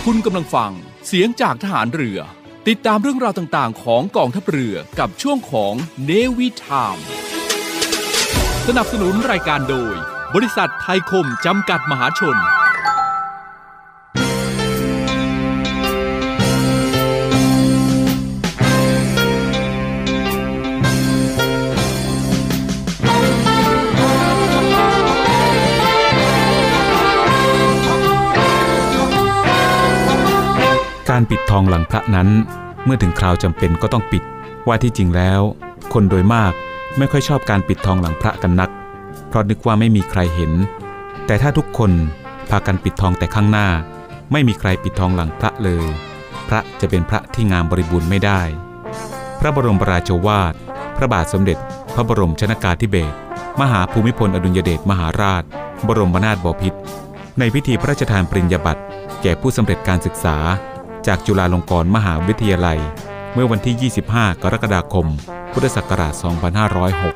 คุณกำลังฟังเสียงจากทหารเรือติดตามเรื่องราวต่างๆของกองทัพเรือกับช่วงของ Navy Time สนับสนุนรายการโดยบริษัทไทยคมจำกัดมหาชนการปิดทองหลังพระนั้นเมื่อถึงคราวจำเป็นก็ต้องปิดว่าที่จริงแล้วคนโดยมากไม่ค่อยชอบการปิดทองหลังพระกันนักเพราะนึกว่าไม่มีใครเห็นแต่ถ้าทุกคนพากันปิดทองแต่ข้างหน้าไม่มีใครปิดทองหลังพระเลยพระจะเป็นพระที่งามบริบูรณ์ไม่ได้พระบรมราโชวาทพระบาทสมเด็จพระบรมชนกาธิเบศรมหาภูมิพลอดุลยเดชมหาราชบรมนาถบพิตรในพิธีพระราชทานปริญญาบัตรแก่ผู้สำเร็จการศึกษาจากจุฬาลงกรณ์มหาวิทยาลัยเมื่อวันที่ 25 กรกฎาคม พุทธศักราช 2506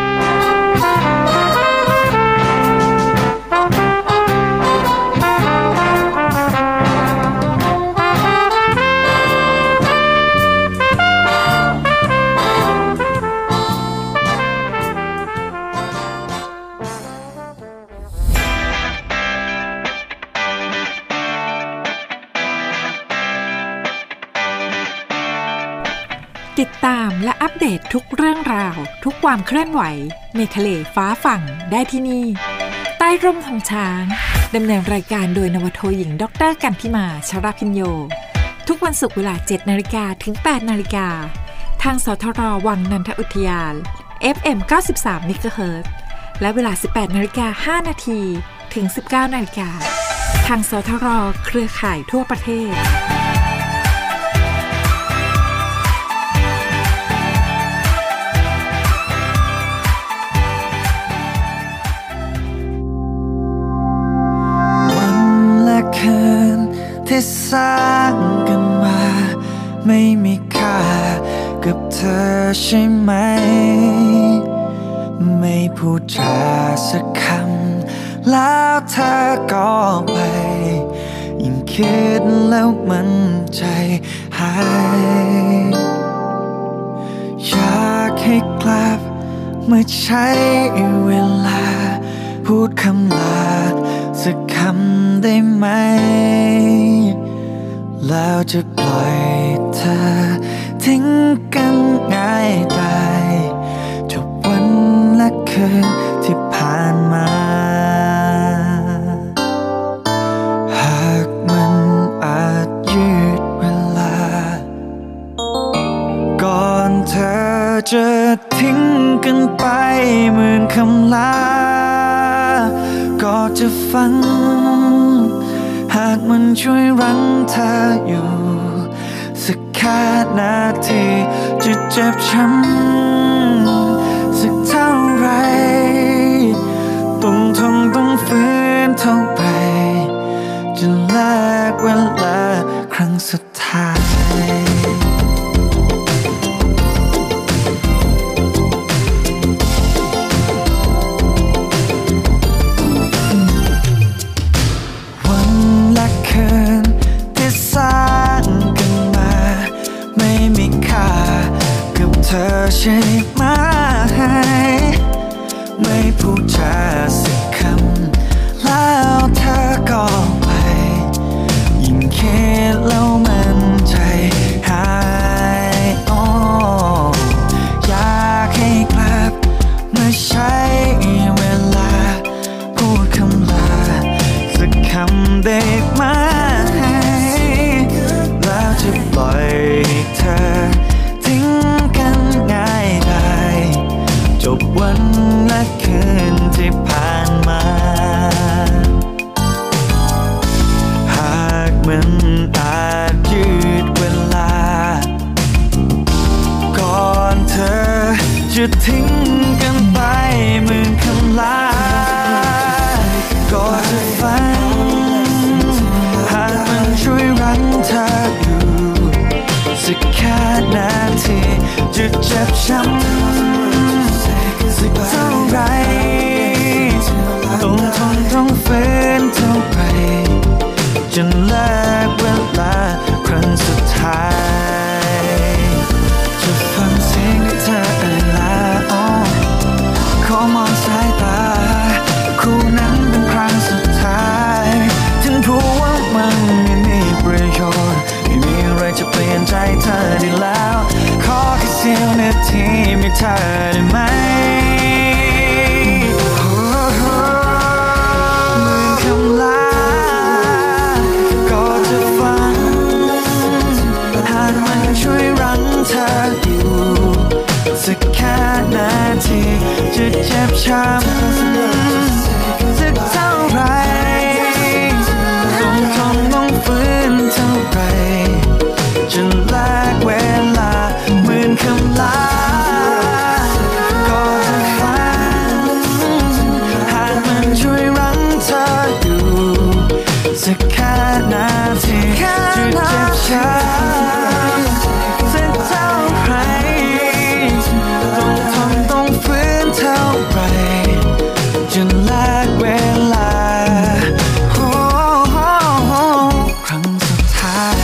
ติดตามและอัปเดตทุกเรื่องราวทุกความเคลื่อนไหวในทะเลฟ้าฝั่งได้ที่นี่ใต้ร่มธงช้างดำเนินรายการโดยนวโทหญิงดร.กันธิมา ชราพิญโยทุกวันศุกร์เวลา 7:00 นถึง 8:00 นทางสทร.วังนันทอุทยาน FM 93 MHz และเวลา 18:05 นถึง 19:00 นทางสทร.เครือข่ายทั่วประเทศที่สร้างกันมาไม่มีค่ากับเธอใช่ไหมไม่พูดจาสักคำแล้วเธอก็ไปยิ่งคิดแล้วมันใจหายอยากให้กลับมาใช้เวลาพูดคำลาสักคำได้ไหมแล้วจะปล่อยเธอทิ้งกันง่ายได้จบวันและคืนที่ผ่านมาหากมันอาจยืดเวลาก่อนเธอจะทิ้งกันไปเหมือนคำลาก็จะฟังหากมันช่วยรั้งเธออยู่สักแค่นาทีจะเจ็บช้ำสักเท่าไรต้องทนต้องฝืนเท่าไรจะแลกเวลาครั้งสุดท้ายเธอใช่ไหมไม่พูดจาสักคำแล้วเธอก็ไปยิ่งคิดแล้วมันใจหายอยากให้กลับมาใช้เวลาพูดคำลาสักคำได้ไหมแล้วจะปล่อยเธอทิ้งกันง่ายได้จบวันและคืนที่ผ่านมาหากมันอาจยืดเวลาก่อนเธอจะทิ้งกันไปเหมือนคำลาก็จะฟังหากมันช่วยรั้งเธออยู่สักแค่นาทีจะเจ็บช้ำสักเท่าไรต้องทนต้องฝืนเท่าไรจนแลกเวใจเธอได้แล้วขอแค่เสี้ยวนาทีมีเธอได้ไหมช่วยรั้งเธออยู่สักแค่นาทีจะเจ็บช้ำสักเท่าไรต้องทนต้องฝืนเท่าไรจะแลกเวลาเหมือนคำลาก็จะฝันหากมันช่วยรั้งเธออยู่สักแค่นาทีจะเจ็บช้ำจนแลกเวลาครั้งสุดท้าย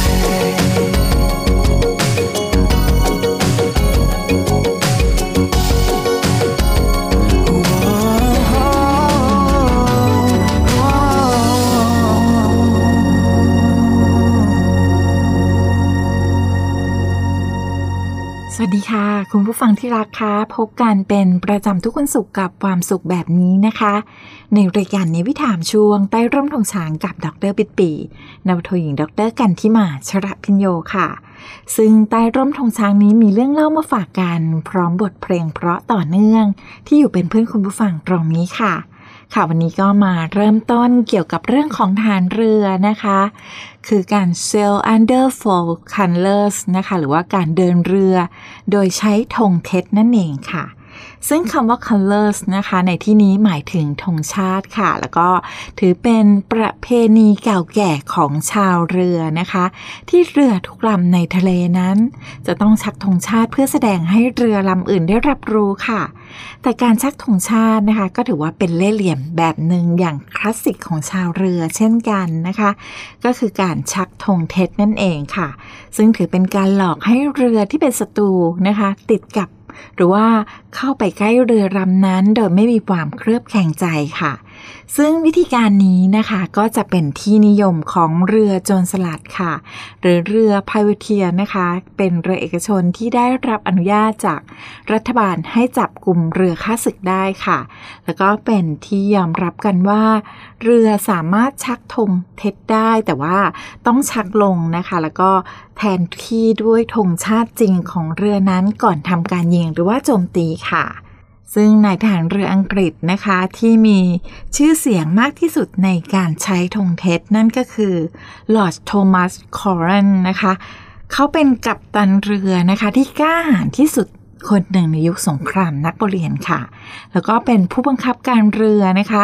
สวัสดีค่ะคุณผู้ฟังที่รักค่ะพบกันเป็นประจำทุกวันศุกร์กับความสุขแบบนี้นะคะในรายการนี้วิถามช่วงใต้ร่มธงช้างกับดร.ปิดปีนวโทหญิงดร.กันทิมาชรพิญโยค่ะซึ่งใต้ร่มธงช้างนี้มีเรื่องเล่ามาฝากกันพร้อมบทเพลงเพราะต่อเนื่องที่อยู่เป็นเพื่อนคุณผู้ฟังตรงนี้ค่ะวันนี้ก็มาเริ่มต้นเกี่ยวกับเรื่องของทหารเรือนะคะคือการ sail under flag colors นะคะหรือว่าการเดินเรือโดยใช้ธงเท็จนั่นเองค่ะซึ่งคำว่า colors นะคะในที่นี้หมายถึงธงชาติค่ะแล้วก็ถือเป็นประเพณีเก่าแก่ของชาวเรือนะคะที่เรือทุกลำในทะเลนั้นจะต้องชักธงชาติเพื่อแสดงให้เรือลำอื่นได้รับรู้ค่ะแต่การชักธงชาตินะคะก็ถือว่าเป็นเล่ห์เหลี่ยมแบบหนึ่งอย่างคลาสสิกของชาวเรือเช่นกันนะคะก็คือการชักธงเท็จนั่นเองค่ะซึ่งถือเป็นการหลอกให้เรือที่เป็นศัตรูนะคะติดกับหรือว่าเข้าไปใกล้เรือลำนั้นโดยไม่มีความเคลือบแคลงใจค่ะซึ่งวิธีการนี้นะคะก็จะเป็นที่นิยมของเรือโจรสลัดค่ะหรือเรือ privateer นะคะเป็นเรือเอกชนที่ได้รับอนุญาตจากรัฐบาลให้จับกุมเรือข้าศึกได้ค่ะแล้วก็เป็นที่ยอมรับกันว่าเรือสามารถชักธงเท็จได้แต่ว่าต้องชักลงนะคะแล้วก็แทนที่ด้วยธงชาติจริงของเรือนั้นก่อนทำการยิงหรือว่าโจมตีค่ะซึ่งนายทหารเรืออังกฤษนะคะที่มีชื่อเสียงมากที่สุดในการใช้ธงเท็จนั่นก็คือลอร์ดโทมัสคอรันนะคะเขาเป็นกัปตันเรือนะคะที่กล้าหาญที่สุดคนหนึ่งในยุคสงครามนักโปเลียนค่ะแล้วก็เป็นผู้บังคับการเรือนะคะ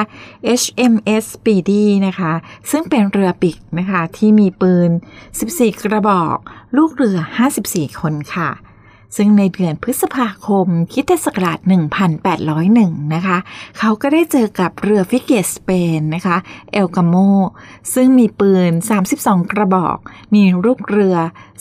HMS Speedy นะคะซึ่งเป็นเรือปิกนะคะที่มีปืน14กระบอกลูกเรือ54คนค่ะซึ่งในเดือนพฤษภาคมค.ศ. 1801นะคะเขาก็ได้เจอกับเรือฟริเกตสเปนนะคะเอลกาโมซึ่งมีปืน32กระบอกมีลูกเรือ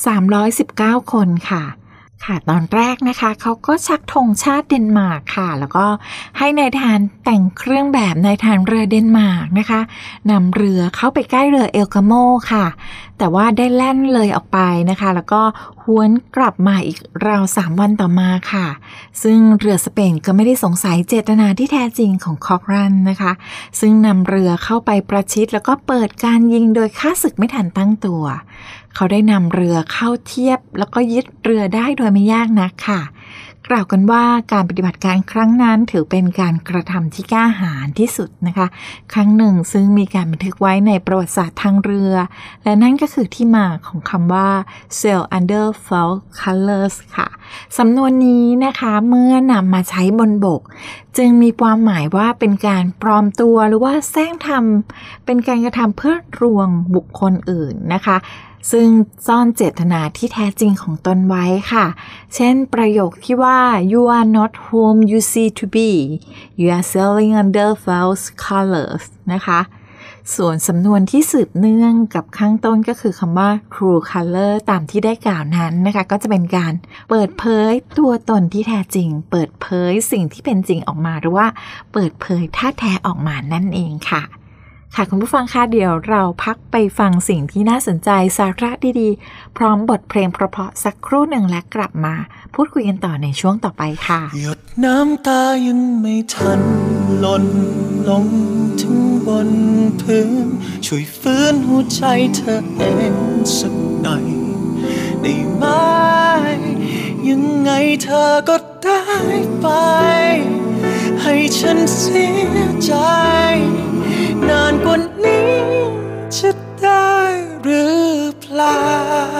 319คนค่ะตอนแรกนะคะเขาก็ชักธงชาติเดนมาร์กค่ะแล้วก็ให้นายทหารแต่งเครื่องแบบนายทหารเรือเดนมาร์กนะคะนำเรือเข้าไปใกล้เรือเอลกาโมค่ะแต่ว่าได้แล่นเลยออกไปนะคะแล้วก็หวนกลับมาอีกราว3วันต่อมาค่ะซึ่งเรือสเปนก็ไม่ได้สงสัยเจตนาที่แท้จริงของคอกรันนะคะซึ่งนำเรือเข้าไปประชิดแล้วก็เปิดการยิงโดยข้าศึกไม่ทันตั้งตัวเขาได้นำเรือเข้าเทียบแล้วก็ยึดเรือได้โดยไม่ยากนักค่ะกล่าวกันว่าการปฏิบัติการครั้งนั้นถือเป็นการกระทำที่กล้าหาญที่สุดนะคะครั้งหนึ่งซึ่งมีการบันทึกไว้ในประวัติศาสตร์ทางเรือและนั่นก็คือที่มาของคำว่า sail under flag colors ค่ะสำนวนนี้นะคะเมื่อนำมาใช้บนบกจึงมีความหมายว่าเป็นการปลอมตัวหรือว่าแสร้งทำเป็นการกระทำเพื่อลวงบุคคลอื่นนะคะซึ่งซ่อนเจตนาที่แท้จริงของตนไว้ค่ะเช่นประโยคที่ว่า you are not whom you see to be you are sailing under false colors นะคะส่วนสำนวนที่สืบเนื่องกับข้างต้นก็คือคำว่า true color ตามที่ได้กล่าวนั้นนะคะก็จะเป็นการเปิดเผยตัวตนที่แท้จริงเปิดเผยสิ่งที่เป็นจริงออกมาหรือว่าเปิดเผยท่าแท้ออกมานั่นเองค่ะค่ะคุณผู้ฟังคะเดี๋ยวเราพักไปฟังสิ่งที่น่าสนใจสาระดีๆพร้อมบทเพลงเพราะๆสักครู่หนึ่งและกลับมาพูดคุยกันต่อในช่วงต่อไปค่ะหยดน้ำตายังไม่ทันหล่นลงถึงบนพื้นช่วยฟื้นหัวใจเธอเองสักหน่อยได้ไหมยังไงเธอก็ได้ไปให้ฉันเสียใจนานกว่านี้จะได้หรือเปล่า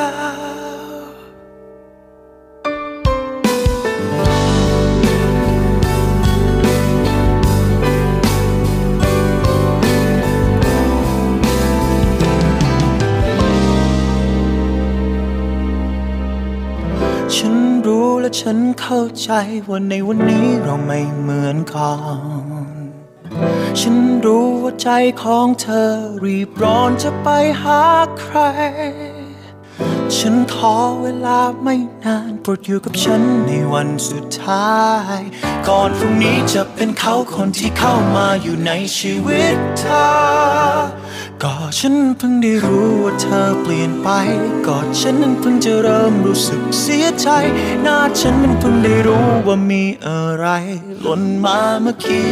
ฉันรู้และฉันเข้าใจว่าในวันนี้เราไม่เหมือนก่อนฉันรู้ว่าใจของเธอรีบร้อนจะไปหาใครฉันขอเวลาไม่นานโปรดอยู่กับฉันในวันสุดท้ายก่อนพรุ่งนี้จะเป็นเขาคนที่เข้ามาอยู่ในชีวิตเธอก็ฉันเพิ่งได้รู้ว่าเธอเปลี่ยนไปก็ฉันนั้นเพิ่งจะเริ่มรู้สึกเสียใจหน้าฉันมันเพิ่งได้รู้ว่ามีอะไรหล่นมาเมื่อกี้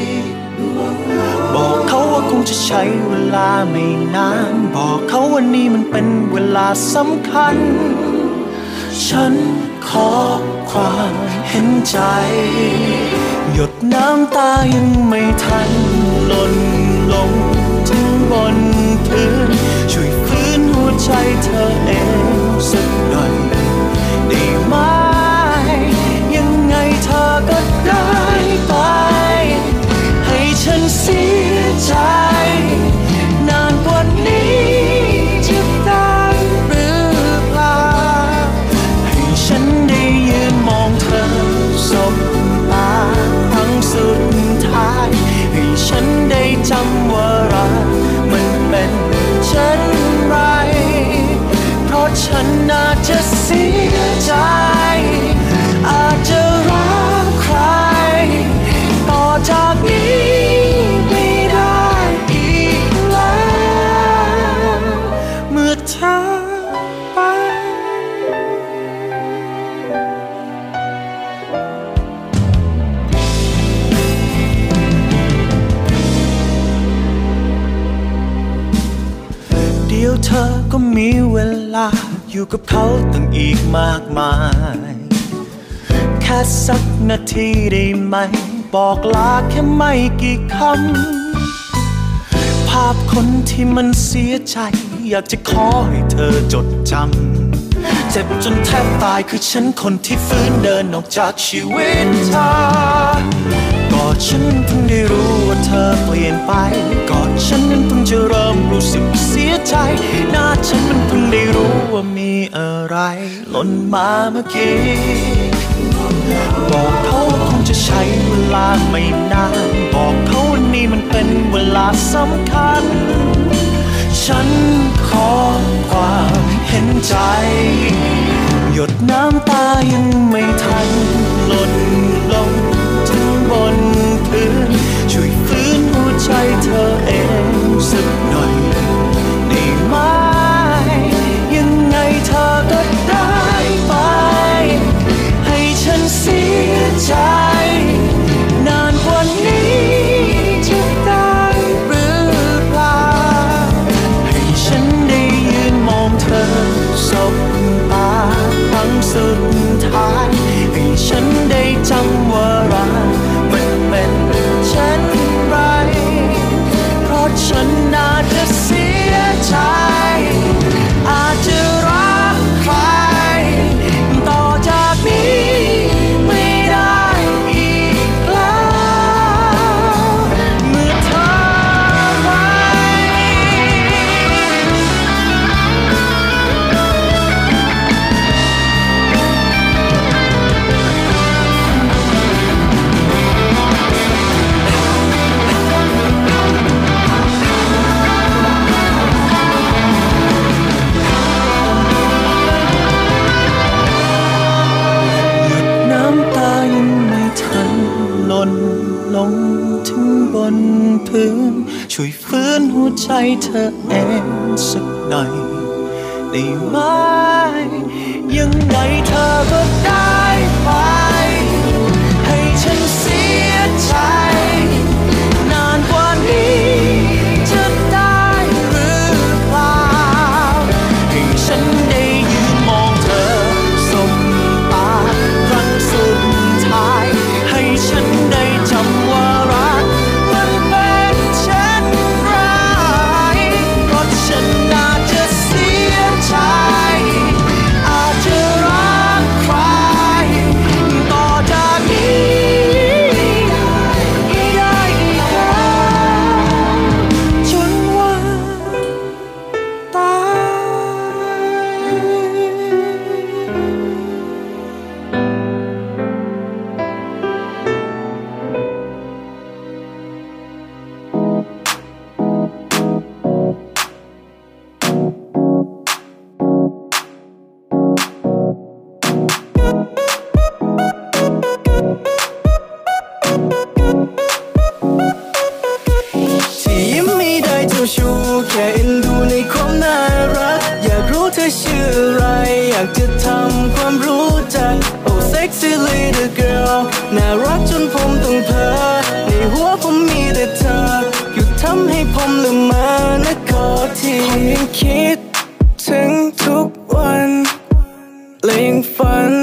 บอกเขาว่าคงจะใช้เวลาไม่นานบอกเขาว่านี่มันเป็นเวลาสำคัญฉันขอความเห็นใจหยดน้ำตายังไม่ทันหล่นลงถึงบนพื้นช่วยฟื้นหัวใจเธอเองสักหน่อยได้ไหมยังไงเธอก็ได้ไปให้ฉันเสียใจนานกว่านี้จะได้หรือเปล่าให้ฉันได้ยืนมองเธอสบตาครั้งสุดท้ายให้ฉันได้จำว่ารักมันเป็นเช่นไรเพราะฉันอาจจะเสียใจอาจจะรักใครต่อจากนี้ไม่ได้อีกแล้วเมื่อเธอไปเดี๋ยวเธอก็มีเวลาอยู่กับเขาตั้งอีกมากมายแค่สักนาทีได้ไหมบอกลาแค่ไม่กี่คำภาพคนที่มันเสียใจอยากจะขอให้เธอจดจำเจ็บจนแทบตายคือฉันคนที่ฟื้นเดินออกจากชีวิตเธอก็ฉันเพิ่งได้รู้ว่าเธอเปลี่ยนไปก็ฉันนั้นเพิ่งจะเริ่มรู้สึกเสียใจหน้าฉันมันเพิ่งได้รู้ว่ามีอะไรหล่นมาเมื่อกี้บอกเขาคงจะใช้เวลาไม่นานบอกเขาว่านี่มันเป็นเวลาสำคัญฉันขอความเห็นใจหยดน้ำตายังไม่ทันหล่นลงถึงบนพื้นช่วยฟื้นหัวใจเธอเองสักหน่อยได้ไหมยังไงเธอก็ได้ไปให้ฉันเสียใจนานกว่านี้จะได้หรือเปล่าให้ฉันได้ยืนมองเธอสบตาครั้งสุดท้ายให้ฉันได้จำว่ารักมันเป็นเช่นไรเพราะให้เธอเองสักหน่อยได้ไหมยังไงเธอก็ได้ไปให้ฉันเสียใจนานกว่านี้จะได้หรือเปล่าให้ฉันได้ยืนมองเธอสบตาครั้งสุดท้ายให้ฉันได้จำว่ารักมันเป็นเช่นไรเพราะฉันอาจจะเสียใจอาจจะรักใครต่อจากนี้จนวันตายที่ยิ้มไม่ได้เจ้าชู้แค่เอ็นดูในความน่ารักอยากรู้เธอชื่ออะไรอยากจะทำความรู้จัก Oh sexy little girl น่ารักจนผมต้องเพ้อในหัวผมมีแต่เธอหยุดทำให้ผมละเมอนะขอทีผมยังคิดถึงทุกวันและยังฝัน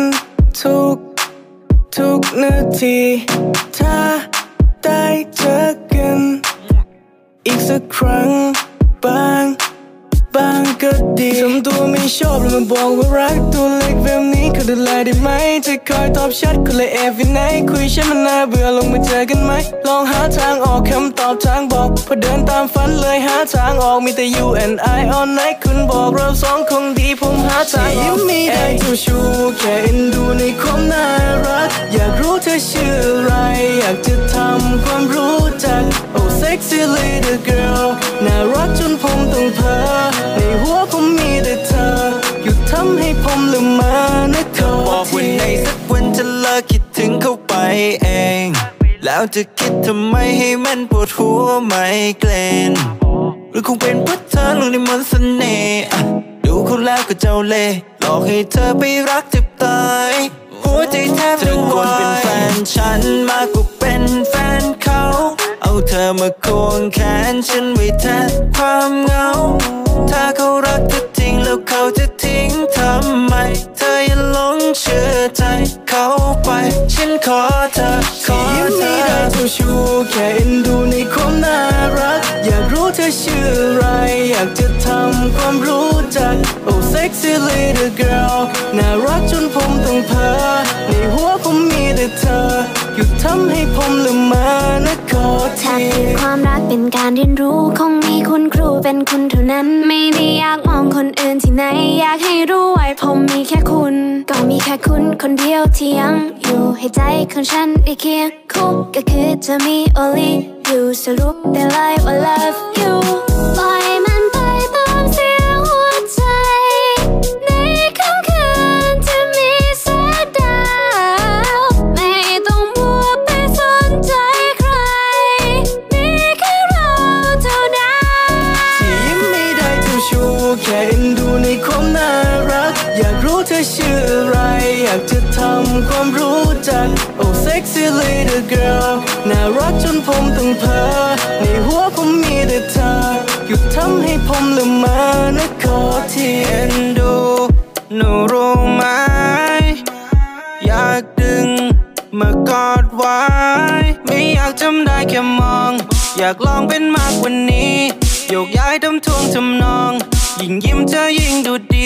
ทุกนาทีถ้าได้เจอกันอีกสักครั้งบางก็ดีทำตัวไม่ชอบแล้วมาบอกว่ารักตัวเล็กแบบนี้เขาดูแลได้ไหมจะคอยตอบชัดคนละevery nightคุยฉันมันน่าเบื่อลงมาเจอกันไหมลองหาทางออกคำตอบทางบอกพอเดินตามฝันเลยหาทางออกมีแต่ you and I all night คุณบอกเราสองคงดีผมหาทางออกยิ้มไม่ได้เจ้าชู้แค่เอ็นดูในความน่ารักอยากรู้เธอชื่ออะไรอยากจะทำความรู้จัก Oh sexy little girl น่ารักจนผมต้องเพ้อในหัวผมมีแต่เธอหยุดทำให้ผมละเมอนะขอทีบอกว่าในสักวันจะเลิกคิดถึงเขาไปเองแล้วจะคิดทำไมให้มันปวดหัวไม่เกรนหรือคงเป็นเพราะเธอลงในมนต์เสน่ห์ดูเขาแล้วก็เจ้าเล่ห์หลอกให้เธอไปรักเจ็บตายหัวใจแทบจะวายเป็นแฟนฉันมากกว่าเป็นแฟนเขาเอาเธอมาควงแขนฉันไว้แทนความเหงาถ้าเขารักเธอจริงแล้วเขาจะทิ้งทำไมเธออย่าหลงเชื่อใจเขาไปฉันขอเธอยิ้มไม่ได้เจ้าชู้แค่เอ็นดูในความน่ารักอยากรู้เธอชื่ออะไรอยากจะทำความรู้จัก Oh sexy little girl น่ารักจนผมต้องเพ้อในหัวผมมีแต่เธอหยุดทำให้ผมละเมอนะขอทีถ้าคือความรักเป็นการเรียนรู้คงมีคุณครูเป็นคุณเท่านั้นไม่ได้อยากมองคนอื่นที่ไหนอยากให้รู้ไว้ผมมีแค่คุณก็มีแค่คุณคนเดียวที่ยังอยู่ให้ใจของฉันได้เคียงคู่ก็คือจะมี only you สรุปได้เลยว่า love you ปล่อยมันไปตามเสียงหัวใจในค่ำคืนที่มีแสงดาวไม่ต้องมัวไปสนใจใครมีแค่เราเท่านั้นที่ยิ้มไม่ได้เจ้าชู้แค่เอ็นดูในความน่ารักอยากรู้เธอชื่ออะไรอยากจะทำความรู้จัก Oh sexy little girl น่ารักจนผมต้องเพ้อในหัวผมมีแต่เธอหยุดทำให้ผมละเมอนะขอทีเอ็นดูหนูรู้ไหมอยากดึงมากอดไว้ไม่อยากจำได้แค่มองอยากลองเป็นมากกว่านี้โยกย้ายทำทวงทำนองยิ่งยิ้มเธอยิ่งดูดี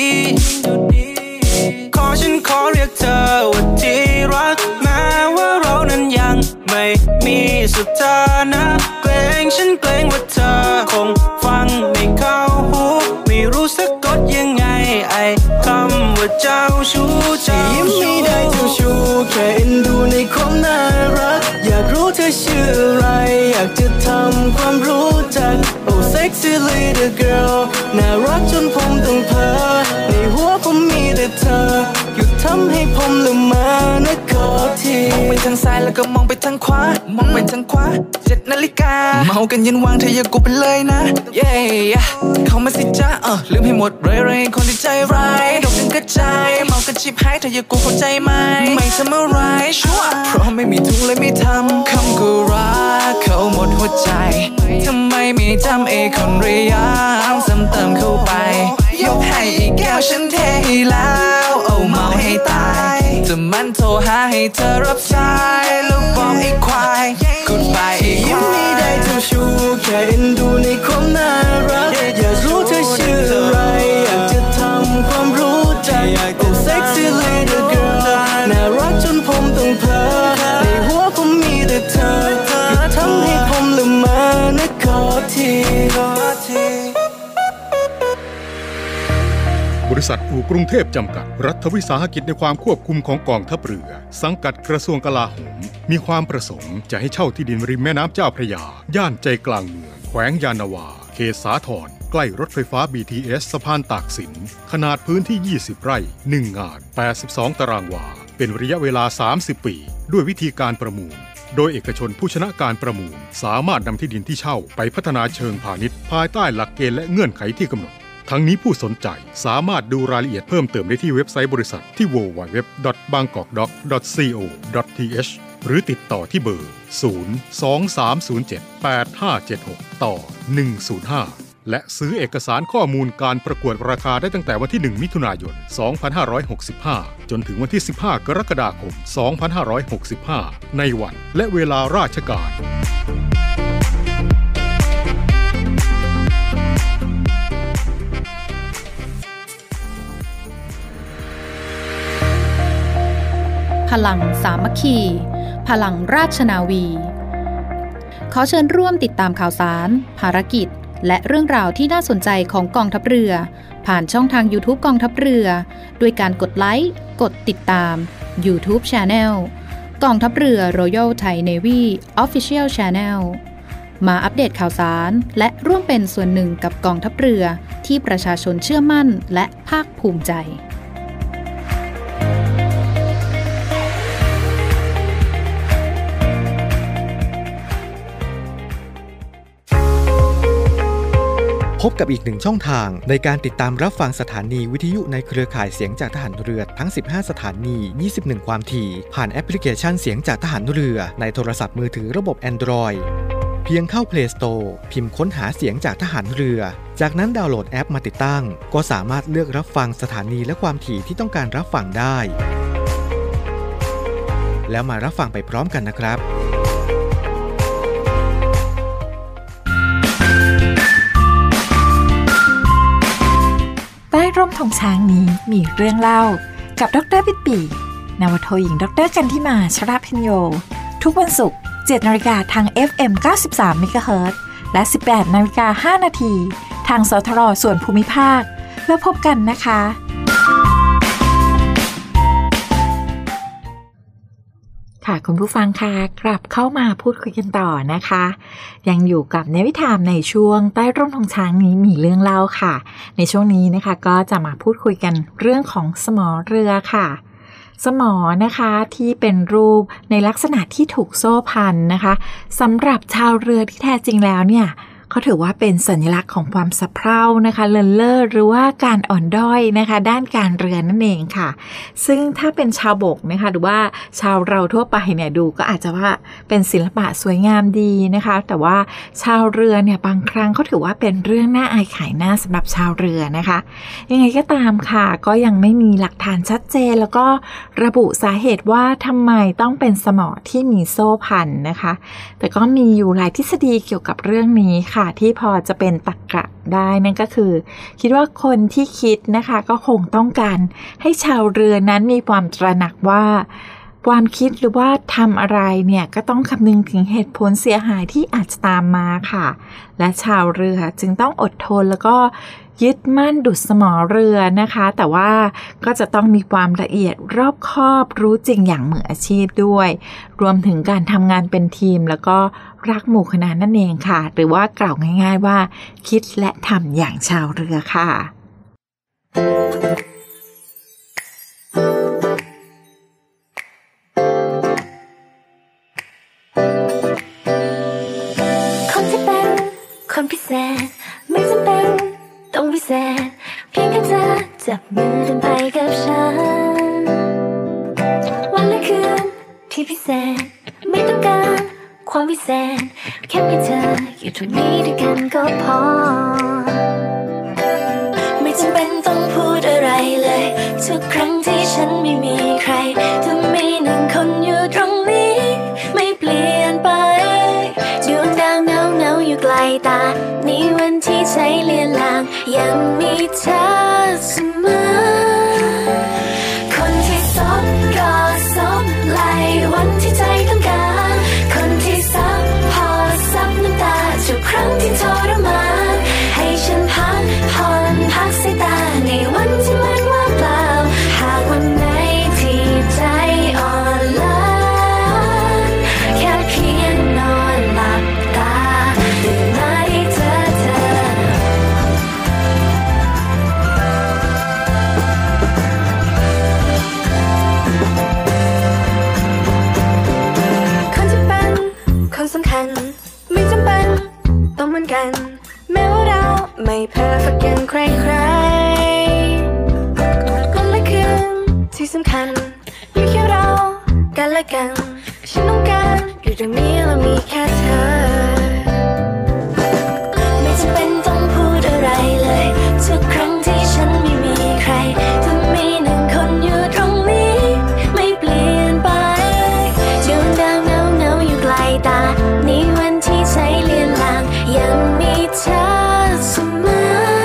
ฉันขอเรียกเธอว่าที่รักแม้ว่าเรานั้นยังไม่มีสถานะเกรงฉันเกรงว่าเธอคงฟังไม่เข้าหูไม่รู้สะกดยังไงไอ้คำว่าเจ้าชู้ที่ยิ้มไม่ได้เจ้าชู้แค่เอ็นดูในความน่ารักอยากรู้เธอชื่ออะไรอยากจะทำความรู้จัก Oh sexy little girl น่ารักจนผมต้องเพ้อในหัวผมมีแต่เธอหยุดทำำให้ผมละเมอนะขอทีมองไปทางซ้ายแล้วก็มองไปทางขวามองไปทางขวา7 นาฬิกาเมากันยันวางเธออย่ากูไปเลยนะเย้เข้ามาสิจ้าลืมให้หมดเลยคนที่ใจร้ายดอกดึงกระจายเมากันชิบหายเธออย่ากูเข้าใจไหมไม่ทำอะไรชัวร์เพราะไม่มีทุกเลยไม่ทำคำกูรักเขาหมดหัวใจทำไมไม่จำคนระยำซ้ำเติมเข้าไปยกให้อีกแก้วฉันเทให้แล้วเมาให้ตายจะมันโทรหาให้เธอรับสายแล้วบอกไอ้ควายกดไปยิ้มไม่ได้เธอชูแค่เอ็นดูในความน่ารักอยากรู้เธอชื่ออะไรอยากจะทำความรู้จักโอ้ sexy little girl น่ารักจนผมต้องเพ้อในหัวผมมีแต่เธอทำให้ผมละเมอนะขอทีบริษัทอู่กรุงเทพจำกัดรัฐวิสาหกิจในความควบคุมของกองทัพเรือสังกัดกระทรวงกลาโหมมีความประสงค์จะให้เช่าที่ดินริมแม่น้ำเจ้าพระยาย่านใจกลางเมืองแขวงยานนาวาเขตสาทรใกล้รถไฟฟ้า BTS สะพานตากสินขนาดพื้นที่20 ไร่1 งาน82 ตารางวาเป็นระยะเวลา30 ปีด้วยวิธีการประมูลโดยเอกชนผู้ชนะการประมูลสามารถนำที่ดินที่เช่าไปพัฒนาเชิงพาณิชย์ภายใต้หลักเกณฑ์และเงื่อนไขที่กำหนดทั้งนี้ผู้สนใจสามารถดูรายละเอียดเพิ่มเติมได้ที่เว็บไซต์บริษัทที่ www.bangkokdock.co.th หรือติดต่อที่เบอร์ 023078576 ต่อ 105 และซื้อเอกสารข้อมูลการประกวดราคาได้ตั้งแต่วันที่ 1 มิถุนายน 2565 จนถึงวันที่ 15 กรกฎาคม 2565 ในวันและเวลาราชการพลังสามัคคีพลังราชนาวีขอเชิญร่วมติดตามข่าวสารภารกิจและเรื่องราวที่น่าสนใจของกองทัพเรือผ่านช่องทาง YouTube กองทัพเรือด้วยการกดไลค์กดติดตาม YouTube Channel กองทัพเรือ Royal Thai Navy Official Channel มาอัปเดตข่าวสารและร่วมเป็นส่วนหนึ่งกับกองทัพเรือที่ประชาชนเชื่อมั่นและภาคภูมิใจพบกับอีกหนึ่งช่องทางในการติดตามรับฟังสถานีวิทยุในเครือข่ายเสียงจากทหารเรือทั้ง15สถานี21ความถี่ผ่านแอปพลิเคชันเสียงจากทหารเรือในโทรศัพท์มือถือระบบ Android เพียงเข้า Play Store พิมพ์ค้นหาเสียงจากทหารเรือจากนั้นดาวน์โหลดแอปมาติดตั้งก็สามารถเลือกรับฟังสถานีและความถี่ที่ต้องการรับฟังได้แล้วมารับฟังไปพร้อมกันนะครับใต้ร่มธงช้างนี้มีเรื่องเล่ากับดร.ปิดปีนาวโทหญิงดร.กันธิมาชราพิญโยทุกวันศุกร์ 7 นาฬิกาทาง FM 93 เมกะเฮิรตซ์และ 18 นาฬิกา 5 นาทีทางสทร.ส่วนภูมิภาคแล้วพบกันนะคะค่ะคุณผู้ฟังค่ะกลับเข้ามาพูดคุยกันต่อนะคะยังอยู่กับเนวิทามในช่วงใต้ร่มธงช้างนี้มีเรื่องเล่าค่ะในช่วงนี้นะคะก็จะมาพูดคุยกันเรื่องของสมอเรือค่ะสมอนะคะที่เป็นรูปในลักษณะที่ถูกโซ่พันนะคะสำหรับชาวเรือที่แท้จริงแล้วเนี่ยเขาถือว่าเป็นสัญลักษณ์ของความสะเพร่านะคะเลินเล่อหรือว่าการอ่อนด้อยนะคะด้านการเรือนั่นเองค่ะซึ่งถ้าเป็นชาวบกนะคะหรือว่าชาวเราทั่วไปเนี่ยดูก็อาจจะว่าเป็นศิลปะสวยงามดีนะคะแต่ว่าชาวเรือเนี่ยบางครั้งเขาถือว่าเป็นเรื่องน่าอายขายหน้าสำหรับชาวเรือนะคะยังไงก็ตามค่ะก็ยังไม่มีหลักฐานชัดเจนแล้วก็ระบุสาเหตุว่าทำไมต้องเป็นสมอที่มีโซ่พันนะคะแต่ก็มีอยู่หลายทฤษฎีเกี่ยวกับเรื่องนี้ที่พอจะเป็นตรรกะได้นั่นก็คือคิดว่าคนที่คิดนะคะก็คงต้องการให้ชาวเรือนั้นมีความตระหนักว่าความคิดหรือว่าทำอะไรเนี่ยก็ต้องคำนึงถึงเหตุผลเสียหายที่อาจจะตามมาค่ะและชาวเรือจึงต้องอดทนแล้วก็ยึดมั่นดุจสมอเรือนะคะแต่ว่าก็จะต้องมีความละเอียดรอบคอบรู้จริงอย่างมืออาชีพด้วยรวมถึงการทำงานเป็นทีมแล้วก็รักหมู่คณะนั่นเองค่ะหรือว่ากล่าวง่ายๆว่าคิดและทำอย่างชาวเรือค่ะวิเศษเพียงแค่เธอจับมือเดินไปกับฉันวันและคืนที่พิเศษไม่ต้องการความพิเศษแค่เพียงเธออยู่ตรงนี้ด้วยกันก็พอไม่จำเป็นต้องพูดอะไรเลยทุกครั้งที่ฉันไม่มีใครถ้ามีหนึ่งคนอยู่ตรงนี้ไม่เปลี่ยนไปดวงดาวเงาอยู่ไกลตาในวันที่ใจเลือนลางยังมีเธอเสมอคนที่ซบก็ซบไหลวันที่ใจต้องการคนที่ซับพอซับน้ำตาทุกครั้งที่ทรมานให้ฉันพักผ่อนพักสายตาในวันที่มันว่างเปล่าหากวันไหนที่ใจอ่อนล้าแค่เพียงนอนหลับตาตื่นมาได้เจอเธอคนที่เป็นคนสำคัญไม่จำเป็นต้องเหมือนกันแม้ว่าเราไม่เพอร์เฟกต์อย่างใครๆวันและคืนที่สำคัญมีแค่เรากันและกันฉันต้องการอยู่ตรงนี้และมีแค่เธอไม่จำเป็นต้องพูดอะไรเลยทุกครั้งที่ฉันไม่มีใครถ้ามีหนึ่งคนอยู่ตรงนี้ไม่เปลี่ยนไปดวงดาวเงาอยู่ไกลตาในวันที่ใจเลือนลางยังมีเธอเสมอ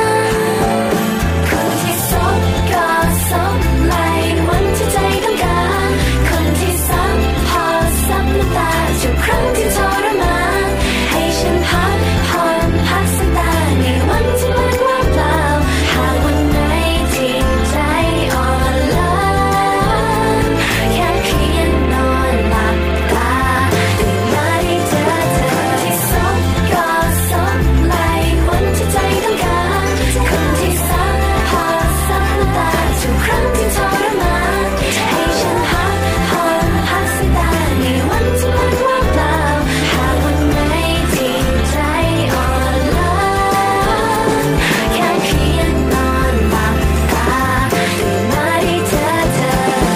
คนที่ซบก็ซบไหลวันที่ใจต้องการคนที่ซับพอซับน้ำตาทุกครั้งที่ทรมานให้ฉันพักผ่อนพักสายตาในวันที่มันว่างเปล่าหากวันไหนที่ใจอ่อนล้าแค่เพียงนอนหลับตาตื่นมาได้เจอเธอที่ซบก็ซบไหลวันที่ใจต้องการคนที่ซับพอซับน้ำตาทุกครั้งที่ทรมานให้ฉันพักผ่อนพักสายตาในวันที่มันว่างเปล่าหากวันไหนที่ใจอ่อนล้าแค่เพียงนอนหลับตาตื่นมาได้เจอเธอ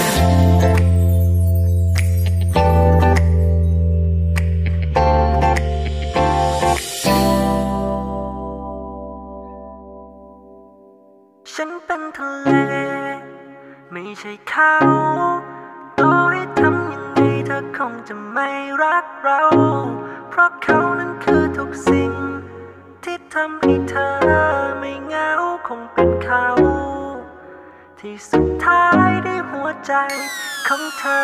ฉันเป็นทะเลไม่ใช่เขาต่อให้ทำยังไงเธอคงจะไม่รักเราเพราะเขานั้นคือทุกสิ่งที่ทำให้เธอไม่เหงาคงเป็นเขาที่สุดท้ายได้หัวใจของเธอ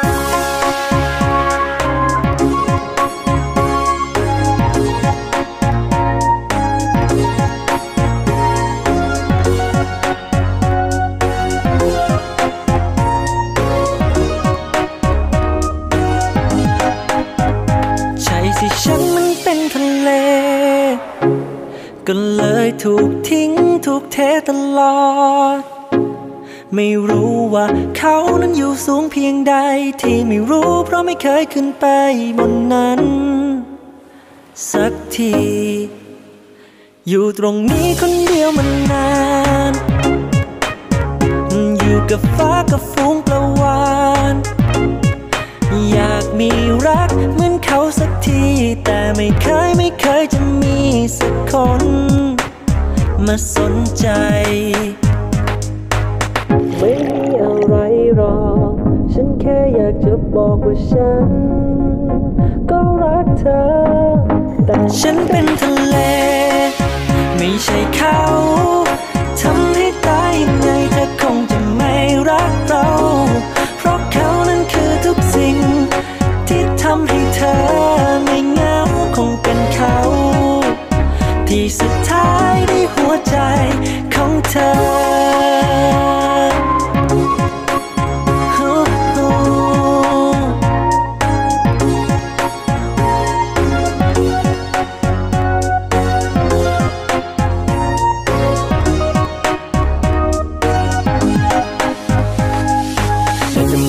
ที่ฉันมันเป็นทะเลก็เลยถูกทิ้งถูกเทตลอดไม่รู้ว่าเขานั้นอยู่สูงเพียงใดที่ไม่รู้เพราะไม่เคยขึ้นไปบนนั้นสักทีอยู่ตรงนี้คนเดียวมันนานอยู่กับฟ้ากับฝูงปลาวาฬอยากมีรักเหมือนเขาสักทีแต่ไม่เคยจะมีสักคนมาสนใจไม่มีอะไรหรอกฉันแค่อยากจะบอกว่าฉันก็รักเธอแต่ฉันเป็นทะเลไม่ใช่เขาทำให้ตายยังไงเธอคงจะไม่รักเราเพราะเขานั้นคือทุกสิ่งที่ทำให้เธอไม่เหงาคงเป็นเขาที่สุดท้ายได้หัวใจของเธอ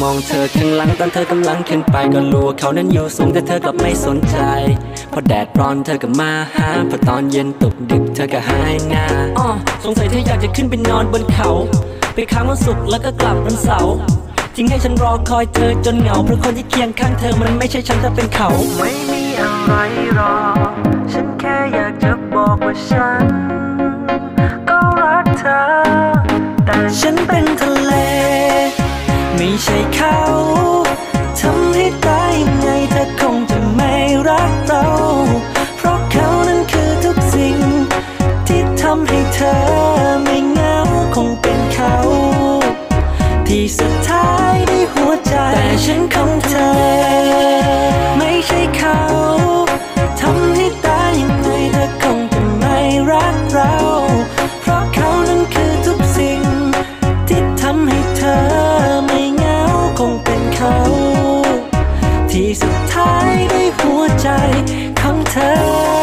มองเธอข้างหลังตอนเธอกำลังขึ้นไปก็รู้ว่าเขานั้นอยู่สูงแต่เธอกลับไม่สนใจพอแดดร้อนเธอก็มาหาพอตอนเย็นตกดึกเธอก็หายหน้าสงสัยเธออยากจะขึ้นไปนอนบนเขาไปค้างวันศุกร์แล้วก็กลับวันเสาร์ทิ้งให้ฉันรอคอยเธอจนเหงาเพราะคนที่เคียงข้างเธอมันไม่ใช่ฉันแต่เป็นเขาไม่มีอะไรหรอกฉันแค่อยากจะบอกว่าฉันก็รักเธอแต่ฉันเป็นทะเลไม่ใช่เขาทำให้ตายยังไงเธอคงจะไม่รักเราเพราะเขานั้นคือทุกสิ่งที่ทำให้เธอไม่เหงาคงเป็นเขาที่สุดท้ายได้หัวใจแต่ฉันของเธอไม่ใช่เขาทำให้ตายยังไงเธอคงจะไม่รักเราเพราะเขานั้นคือทุกสิ่งที่ทำให้เธอไม่เหงาคงเป็นเขาที่สุดท้ายได้หัวใจของเธอ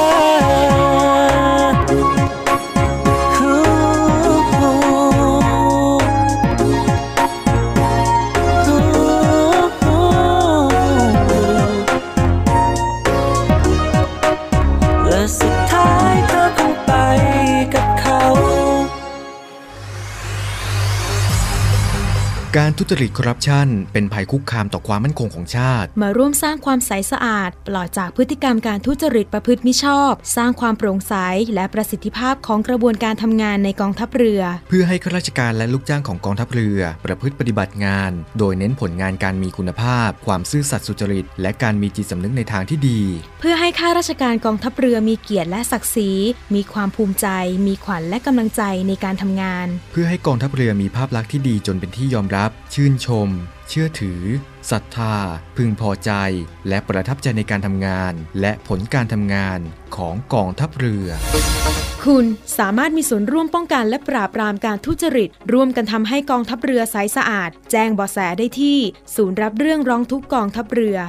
การทุจริตคอร์รัปชันเป็นภัยคุกคามต่อความมั่นคงของชาติมาร่วมสร้างความใสสะอาดปลอดจากพฤติกรรมการทุจริตประพฤติมิชอบ สร้างความโปร่งใสและประสิทธิภาพของกระบวนการทำงานในกองทัพเรือเพื่อให้ข้าราชการและลูกจ้างของกองทัพเรือประพฤติปฏิบัติงานโดยเน้นผลงานการมีคุณภาพความซื่อสัตย์สุจริตและการมีจิตสำนึกในทางที่ดีเพื่อให้ข้าราชการกองทัพเรือมีเกียรติและศักดิ์ศรีมีความภูมิใจมีขวัญและกำลังใจในการทำงานเพื่อให้กองทัพเรือมีภาพลักษณ์ที่ดีจนเป็นที่ยอมรับชื่นชมเชื่อถือศรัทธาพึงพอใจและประทับใจในการทำงานและผลการทำงานของกองทัพเรือคุณสามารถมีส่วนร่วมป้องกันและปราบปรามการทุจริตร่วมกันทำให้กองทัพเรือใสสะอาดแจ้งเบาะแสได้ที่ศูนย์รับเรื่องร้องทุกข์กองทัพเรือ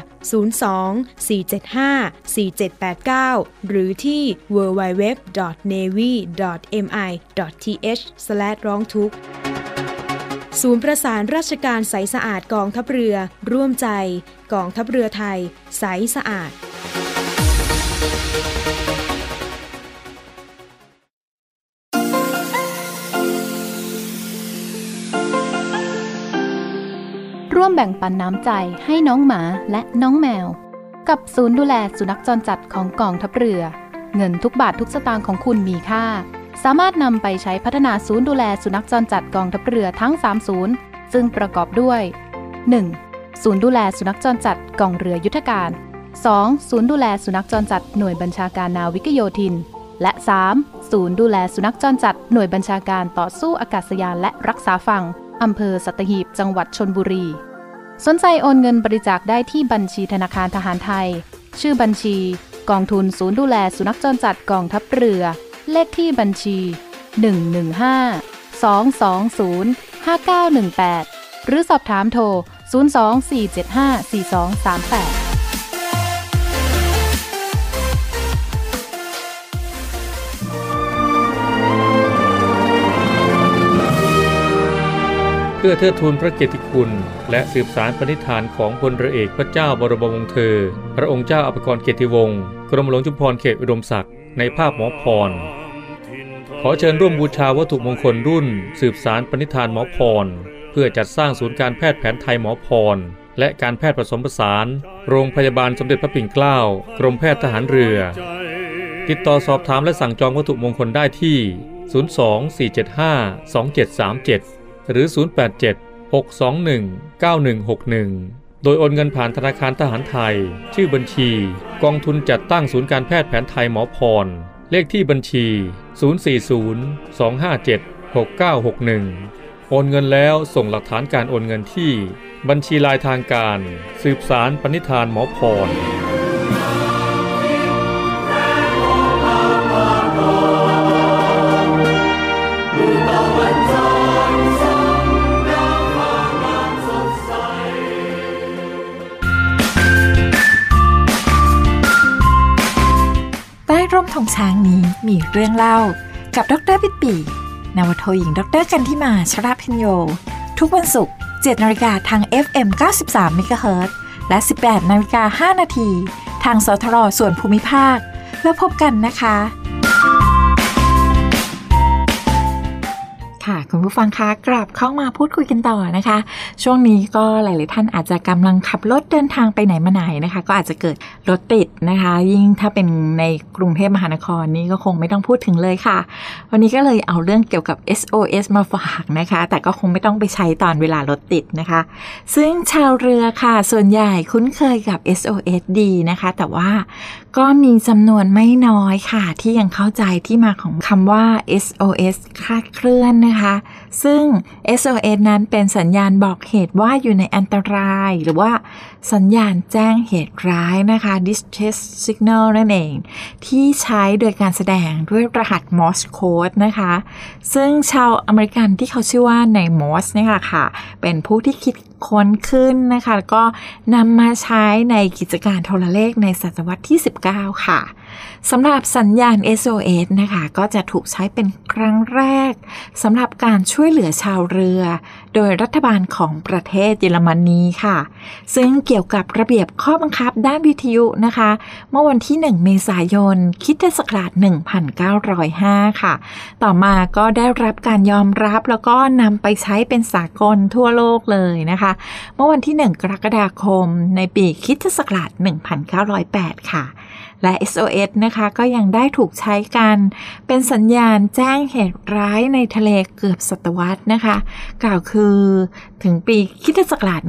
02-475-4789หรือที่ www.navy.mi.th/ร้องทุกข์ศูนย์ประสานราชการใสสะอาดกองทัพเรือร่วมใจกองทัพเรือไทยใสสะอาดร่วมแบ่งปันน้ำใจให้น้องหมาและน้องแมวกับศูนย์ดูแลสุนัขจรจัดของกองทัพเรือเงินทุกบาททุกสตางค์ของคุณมีค่าสามารถนำไปใช้พัฒนาศูนย์ดูแลสุนัขจรจัดกองทัพเรือทั้ง3ศูนย์ซึ่งประกอบด้วย 1. ศูนย์ดูแลสุนัขจรจัดกองเรือยุทธการ 2. ศูนย์ดูแลสุนัขจรจัดหน่วยบัญชาการนาวิกโยธินและ 3. ศูนย์ดูแลสุนัขจรจัดหน่วยบัญชาการต่อสู้อากาศยานและรักษาฝั่งอำเภอสัตหีบจังหวัดชลบุรีสนใจโอนเงินบริจาคได้ที่บัญชีธนาคารทหารไทยชื่อบัญชีกองทุนศูนย์ดูแลสุนัขจรจัดกองทัพเรือเลขที่บัญชี 115-220-5918 หรือสอบถามโทร 024754238 เพื่อเทิดทูนพระเกียรติคุณและสืบสานปณิธานของพลเรือเอกพระเจ้าบรมวงศ์เธอพระองค์เจ้าอภกรเกียรติวงศ์กรมหลวงชุมพรเขตอุดมศักดิ์ในภาพหมอพรขอเชิญร่วมบูชาวัตถุมงคลรุ่นสืบสานปณิธานหมอพรเพื่อจัดสร้างศูนย์การแพทย์แผนไทยหมอพรและการแพทย์ผสมผสานโรงพยาบาลสมเด็จพระปิ่นเกล้ากรมแพทย์ทหารเรือติดต่อสอบถามและสั่งจองวัตถุมงคลได้ที่02-475-2737หรือ087-621-9161โดยโอนเงินผ่านธนาคารทหารไทยชื่อบัญชีกองทุนจัดตั้งศูนย์การแพทย์แผนไทยหมอพรเลขที่บัญชี040-257-6961โอนเงินแล้วส่งหลักฐานการโอนเงินที่บัญชีลายทางการสืบสารปณิธานหมอพรใต้ร่มธงช้างนี้มีเรื่องเล่ากับดร.ปิ่นปี่นวโทหญิงดร.กันธิมาชราพิญโยทุกวันศุกร์ 17 นาฬิกาทาง FM 93 MHz และ 18 นาฬิกา 5 นาทีทางสทร.ส่วนภูมิภาคแล้วพบกันนะคะค่ะคุณผู้ฟังคะกลับเข้ามาพูดคุยกันต่อนะคะช่วงนี้ก็หลายๆท่านอาจจะกำลังขับรถเดินทางไปไหนมาไหนนะคะก็อาจจะเกิดรถติดนะคะยิ่งถ้าเป็นในกรุงเทพมหานครนี่ก็คงไม่ต้องพูดถึงเลยค่ะวันนี้ก็เลยเอาเรื่องเกี่ยวกับ SOS มาฝากนะคะแต่ก็คงไม่ต้องไปใช้ตอนเวลารถติดนะคะซึ่งชาวเรือค่ะส่วนใหญ่คุ้นเคยกับ SOS ดีนะคะแต่ว่าก็มีจำนวนไม่น้อยค่ะที่ยังเข้าใจที่มาของคำว่า SOS คลาดเคลื่อนนะคะซึ่ง SOS นั้นเป็นสัญญาณบอกเหตุว่าอยู่ในอันตรายหรือว่าสัญญาณแจ้งเหตุร้ายนะคะ Distress Signal นั่นเองที่ใช้โดยการแสดงด้วยรหัส Morse Code นะคะซึ่งชาวอเมริกันที่เขาชื่อว่าใน Morse นี่ค่ะเป็นผู้ที่คิดค้นขึ้นนะคะแล้วก็นำมาใช้ในกิจการโทรเลขในศตวรรษที่ 19 ค่ะสำหรับสัญญาณ SOS นะคะก็จะถูกใช้เป็นครั้งแรกสำหรับการช่วยเหลือชาวเรือโดยรัฐบาลของประเทศเยอรมนีค่ะซึ่งเกี่ยวกับระเบียบข้อบังคับด้านวิทยุนะคะเมื่อวันที่ 1 เมษายนคริสตศักราช 1905 ค่ะต่อมาก็ได้รับการยอมรับแล้วก็นำไปใช้เป็นสากลทั่วโลกเลยนะคะเมื่อวันที่ 1 กรกฎาคมในปีคริสตศักราช 1908 ค่ะและ SOS นะคะก็ยังได้ถูกใช้กันเป็นสัญญาณแจ้งเหตุร้ายในทะเลเกือบศตวรรษนะคะกล่าวคือถึงปีคริสตศักราช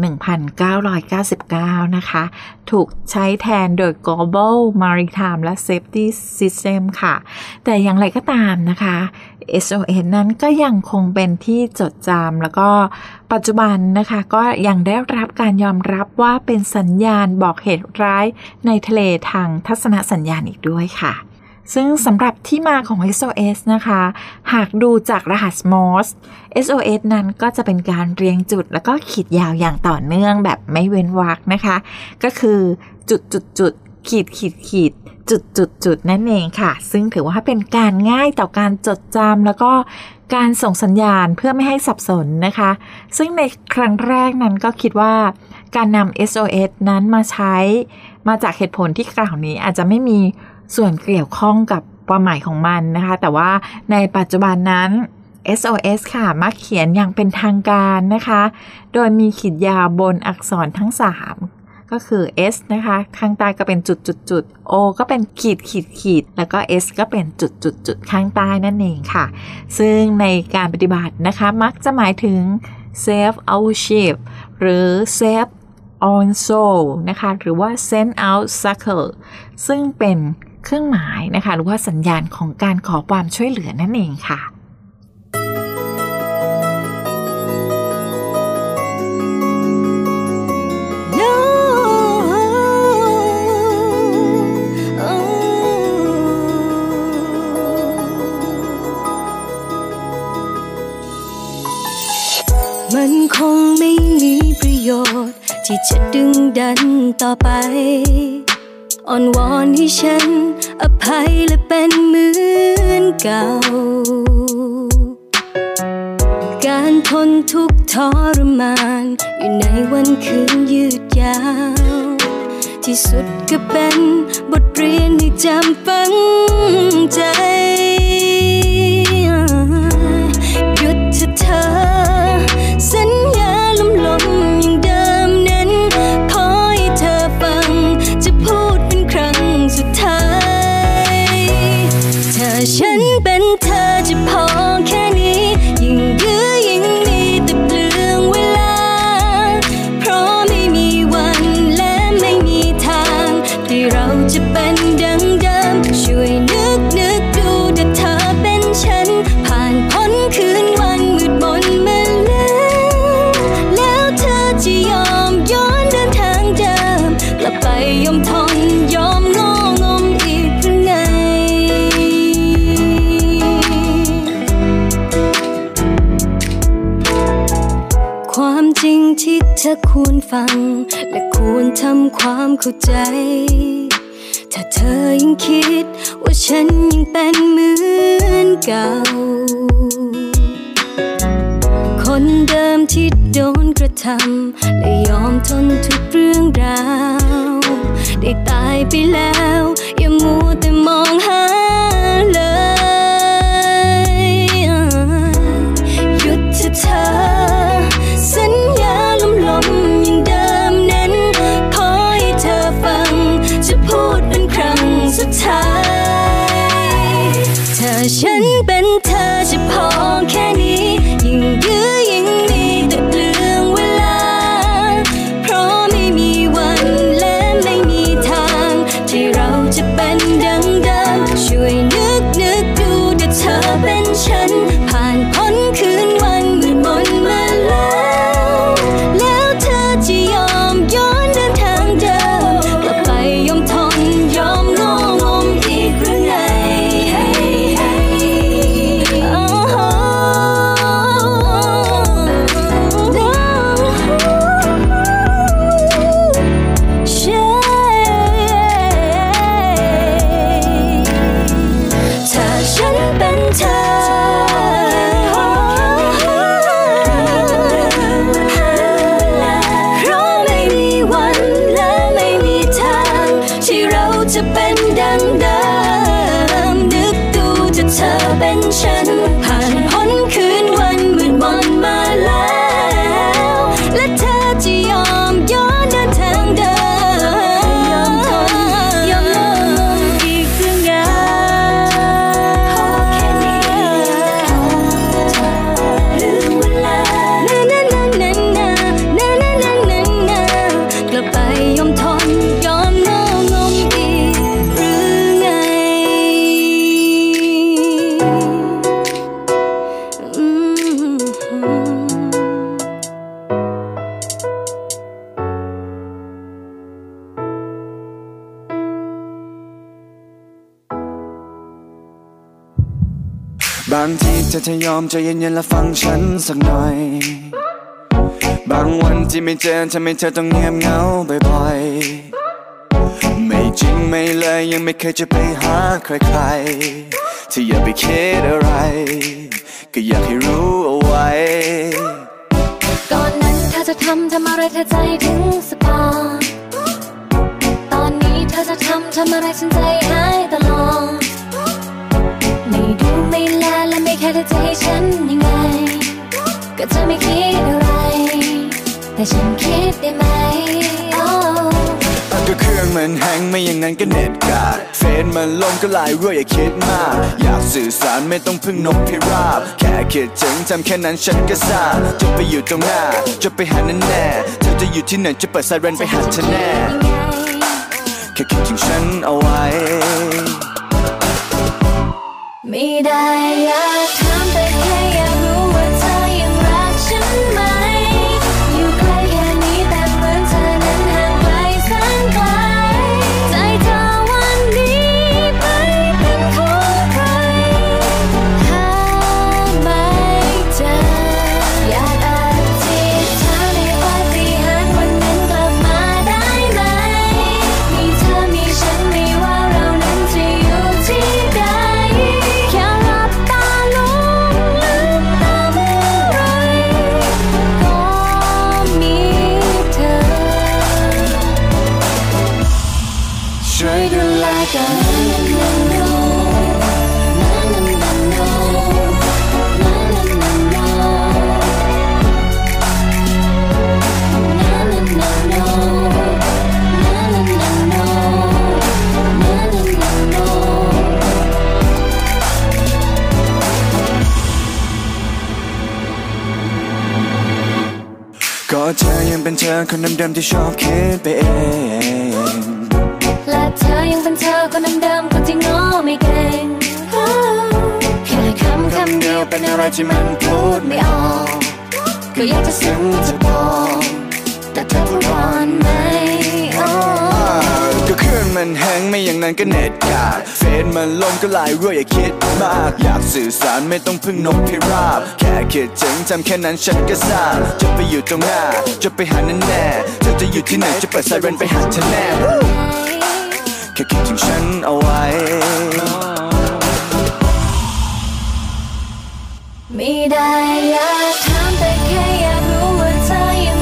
1999 นะคะถูกใช้แทนโดย Global Maritime และ Safety System ค่ะแต่อย่างไรก็ตามนะคะ SOS นั้นก็ยังคงเป็นที่จดจำแล้วก็ปัจจุบันนะคะก็ยังได้รับการยอมรับว่าเป็นสัญญาณบอกเหตุร้ายในทะเลทางทัศนสัญญาณอีกด้วยค่ะซึ่งสำหรับที่มาของ SOS นะคะหากดูจากรหัส Morse SOS นั้นก็จะเป็นการเรียงจุดแล้วก็ขีดยาวอย่างต่อเนื่องแบบไม่เว้นวรรคนะคะก็คือจุดขีดจุดนั่นเองค่ะซึ่งถือว่าเป็นการง่ายต่อการจดจำแล้วก็การส่งสัญญาณเพื่อไม่ให้สับสนนะคะซึ่งในครั้งแรกนั้นก็คิดว่าการนำ SOS นั้นมาใช้มาจากเหตุผลที่กล่าวนี้อาจจะไม่มีส่วนเกี่ยวข้องกับความหมายของมันนะคะแต่ว่าในปัจจุบันนั้น SOS ค่ะมักเขียนอย่างเป็นทางการนะคะโดยมีขีดยาวบนอักษรทั้ง3ก็คือ S นะคะข้างใต้ก็เป็นจุด O ก็เป็นขีดแล้วก็ S ก็เป็นจุดข้างใต้นั่นเองค่ะซึ่งในการปฏิบัตินะคะมักจะหมายถึง Save our ship หรือ Save on soul นะคะหรือว่า Send out circle ซึ่งเป็นเครื่องหมายนะคะหรือว่าสัญญาณของการขอความช่วยเหลือนั่นเองค่ะมันคงไม่มีประโยชน์ที่จะดึงดันต่อไปอ้อนวอนให้ฉันอภัยและเป็นเหมือนเก่าการทนทุกข์ทรมานอยู่ในวันคืนยืดยาวที่สุดก็เป็นบทเรียนให้จำฝังใจหยุดเธอสัญญาลมอย่างเดิมนั้นขอให้เธอฟังจะพูดเป็นครั้งสุดท้ายถ้าฉันเป็นเธอจะพอแค่นี้ยิ่งยื้อยิ่งมีแต่เปลืองเวลาเพราะไม่มีวันและไม่มีทางที่เราจะเป็นดังเดิมช่วยนึกดูถ้าเธอเป็นฉันผ่านพ้นคืนวันมืดมนมาแล้วเธอจะยอมย้อนเดินทางเดิมกลับไปยอมทนยอมงมอีกหรือไงความจริงที่เธอควรฟังและควรทำความเข้าใจถ้าเธอยังคิดว่าฉันยังเป็นเหมือนเก่าคนเดิมที่โดนกระทำและยอมทนทุกเรื่องราวได้ตายไปแล้วอย่ามัวแต่มองหาเลยหยุดเถอะเธอสัญญาล้มๆอย่างเดิมนั้นขอให้เธอฟังจะพูดเป็นครั้งสุดท้ายเธอฉันเป็นเธอจะพอแค่นี้ยิ่งยื้อยิ่งมีแต่เปลืองเวลาเพราะไม่มีวันและไม่มีทางที่เราจะเป็นดังเดิมช่วยนึกดูถ้าเธอเป็นฉันผ่านพ้นคืนวันมืดมนมาแล้วเธอจะยอมย้อนเดินทางเดิมกลับไปยอมทนยอมงองมอีกหรือไงฉันผ่านพ้นคืนวันมืดมนมาแล้วและเธอจะยอมย้อนเดินทางเดิมยอมทนยอมงงอีกเรื่องราวขอแค่นี้ลืมเวลากลับไปยอมทนยอมงงอีกหรือไงบางทีเธอจะยอมใจเย็นๆและฟังฉันสักหน่อยบางวันที่ไม่เจอทำให้เธอต้องเงียบเหงาบ่อยๆไม่จริงไม่เลยยังไม่เคยจะไปหาใครๆที่อย่าไปคิดอะไรก็อยากให้รู้เอาไว้ก่อนนั้นเธอจะทำอะไรเธอใจถึงสปอร์ตอนนี้เธอจะทำอะไรฉันใจหายตลอดไม่ดูไม่แลและไม่แค่เธอจะให้ฉันยังไงก็จะไม่คิดอะไรแต่ฉันคิดได้ไหมก็เครื่องมันแฮงไม่อย่างนั้นก็เน็ตขาดเฟซมันลงก็ไลน์รั่วอย่าคิดมากอยากสื่อสารไม่ต้องพึ่งนกพิราบแค่คิดถึงทำแค่นั้นฉันก็ทราบจะไปอยู่ตรงหน้าจะไปหาแน่เธอจะอยู่ที่ไหนจะเปิดไซเรนไปหาเธอแน่แค่คิดถึงฉันเอาไว้ไม่ได้อยากถามแต่แค่อยากรู้ว่าเธอยังรักฉันไหมอยู่ใกล้แค่นี้แต่เหมือนเธอนั้นห่างไกลแสนไกลใจเธอวันนี้ไม่เป็นของใครหาไม่เจออยากอธิษฐานให้ปาฏิหาริย์วันนั้นกลับมาได้ไหมมีเธอมีฉันไม่ว่าเรานั้นจะอยู่ที่ใดช่วยดูแลกันก็เธอยังเป็นเธอคนเดิมๆที่ชอบคิดไปเองและเธอยังเป็นเธอคนเดิมๆคนที่ง้อไม่เก่งแค่คำเดียวเป็นอะไรที่มันพูดไม่ออกก็อยากจะซึ้งจะบอกแต่เธอพูดร้อนไหมก็เครื่องมันแฮงไม่อย่างนั้นก็เน็ตขาดเฟซมันลงก็ไลน์รั่วอย่าคิดมากอยากสื่อสารไม่ต้องพึ่งนกพิราบแค่คิดถึงทำแค่นั้นฉันก็ทราบจะไปอยู่ตรงหน้าจะไปหาแน่เธอจะอยู่ที่ไหนจะเปิดไซเรนไปหาเธอแน่แค่คิดถึงฉันเอาไว้ไม่ได้อยากถามแต่แค่อยากรู้ว่าเธอยัง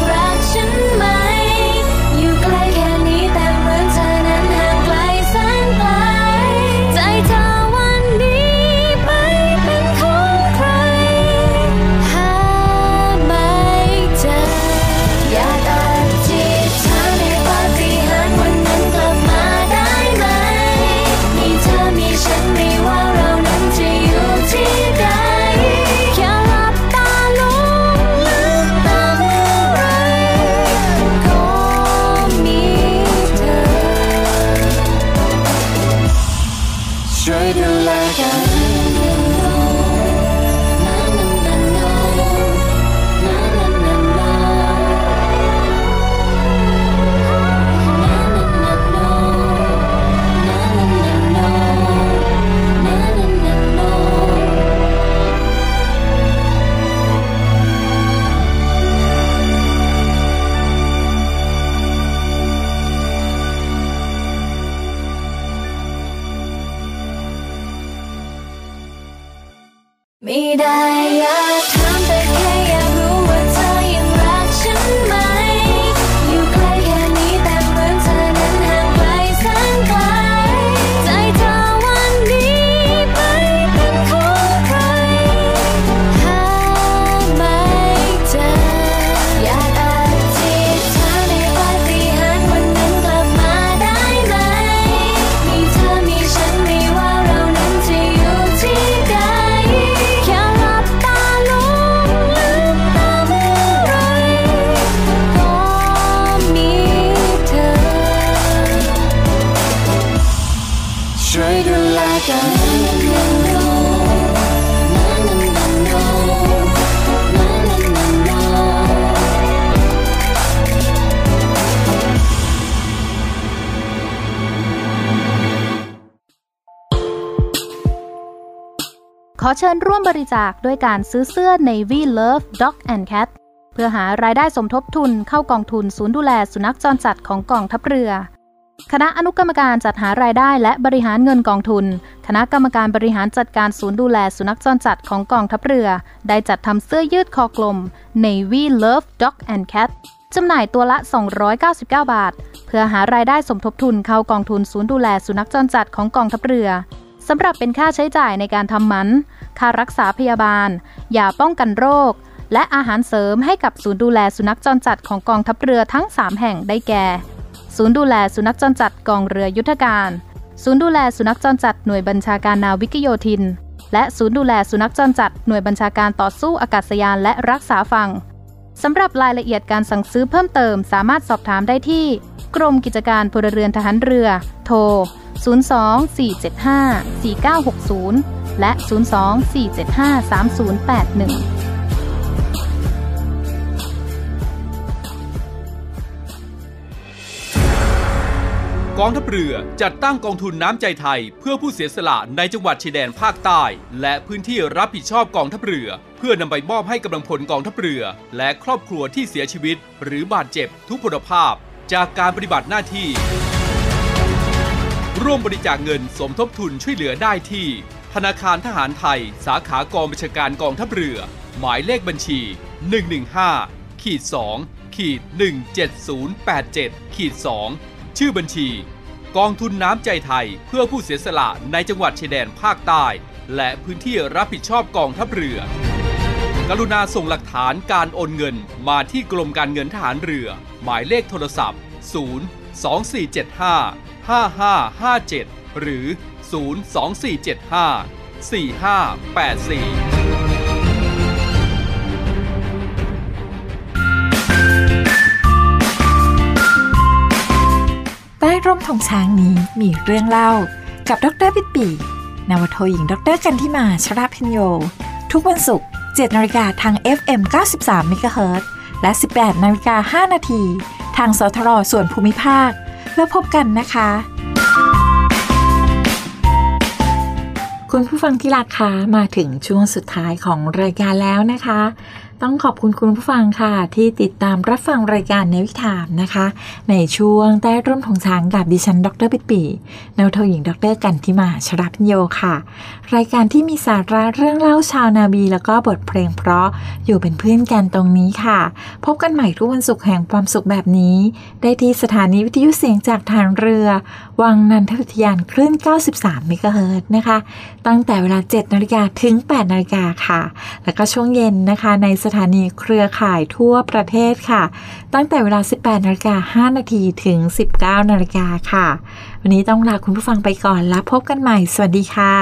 อเชิญร่วมบริจาคด้วยการซื้อเสื้อ Navy Love Dog and Cat เพื่อหารายได้สมทบทุนเข้ากองทุนศูนย์ดูแลสุนัขจรจัดของกองทัพเรือคณะอนุกรรมการจัดหารายได้และบริหารเงินกองทุนคณะกรรมการบริหารจัดการศูนย์ดูแลสุนัขจรจัดของกองทัพเรือได้จัดทำเสื้อยืดคอกลม Navy Love Dog and Cat จำหน่ายตัวละ299 บาทเพื่อหารายได้สมทบทุนเข้ากองทุนศูนย์ดูแลสุนัขจรจัดของกองทัพเรือสำหรับเป็นค่าใช้จ่ายในการทำหมันค่ารักษาพยาบาลยาป้องกันโรคและอาหารเสริมให้กับศูนย์ดูแลสุนัขจรจัดของกองทัพเรือทั้ง3แห่งได้แก่ศูนย์ดูแลสุนัขจรจัดกองเรือยุทธการศูนย์ดูแลสุนัขจรจัดหน่วยบัญชาการนาวิกโยธินและศูนย์ดูแลสุนัขจรจัดหน่วยบัญชาการต่อสู้อากาศยานและรักษาฝั่งสำหรับรายละเอียดการสั่งซื้อเพิ่มเติมสามารถสอบถามได้ที่กรมกิจการพลเรือนทหารเรือโทร02-475-4960และ02-475-3081 กองทัพเรือจัดตั้งกองทุนน้ำใจไทยเพื่อผู้เสียสละในจังหวัดชายแดนภาคใต้และพื้นที่รับผิดชอบกองทัพเรือเพื่อนำไปมอบให้กำลังพลกองทัพเรือและครอบครัวที่เสียชีวิตหรือบาดเจ็บทุกพลภาพจากการปฏิบัติหน้าที่ร่วมบริจาคเงินสมทบทุนช่วยเหลือได้ที่ธนาคารทหารไทยสาขากองบัญชาการกองทัพเรือหมายเลขบัญชี 115-2-17087-2ชื่อบัญชีกองทุนน้ำใจไทยเพื่อผู้เสียสละในจังหวัดชายแดนภาคใต้และพื้นที่รับผิดชอบกองทัพเรือกรุณาส่งหลักฐานการโอนเงินมาที่กรมการเงินทหารเรือหมายเลขโทรศัพท์024755557หรือ024754584 ใต้ร่มธงช้างนี้มีเรื่องเล่ากับดร.ปิปีนวโทหญิงดร.กันธิมาชราพิญโยทุกวันศุกร์ 7:00 น.ทาง FM 93 เมกะเฮิรตซ์และ 18:05 น.ทางสทร.ส่วนภูมิภาคแล้วพบกันนะคะคุณผู้ฟังที่รักคะมาถึงช่วงสุดท้ายของรายการแล้วนะคะต้องขอบคุณคุณผู้ฟังค่ะที่ติดตามรับฟังรายการเนวิถามนะคะในช่วงใต้ร่มธงช้างกับดิฉันดร.ปิปีนวโทหญิงดร.กันธิมาชราพิญโยค่ะรายการที่มีสาระเรื่องเล่าชาวนาบีแล้วก็บทเพลงเพราะอยู่เป็นเพื่อนกันตรงนี้ค่ะพบกันใหม่ทุกวันศุกร์แห่งความสุขแบบนี้ได้ที่สถานีวิทยุเสียงจากทหารเรือวังนันทอุทยานคลื่น 93 เมกะเฮิรตซ์นะคะตั้งแต่เวลา 7:00 น.ถึง 8:00 น.ค่ะแล้วก็ช่วงเย็นนะคะในสถานีเครือข่ายทั่วประเทศค่ะตั้งแต่เวลา 18:05 น.ถึง 19:00 น.ค่ะวันนี้ต้องลาคุณผู้ฟังไปก่อนแล้วพบกันใหม่สวัสดีค่ะ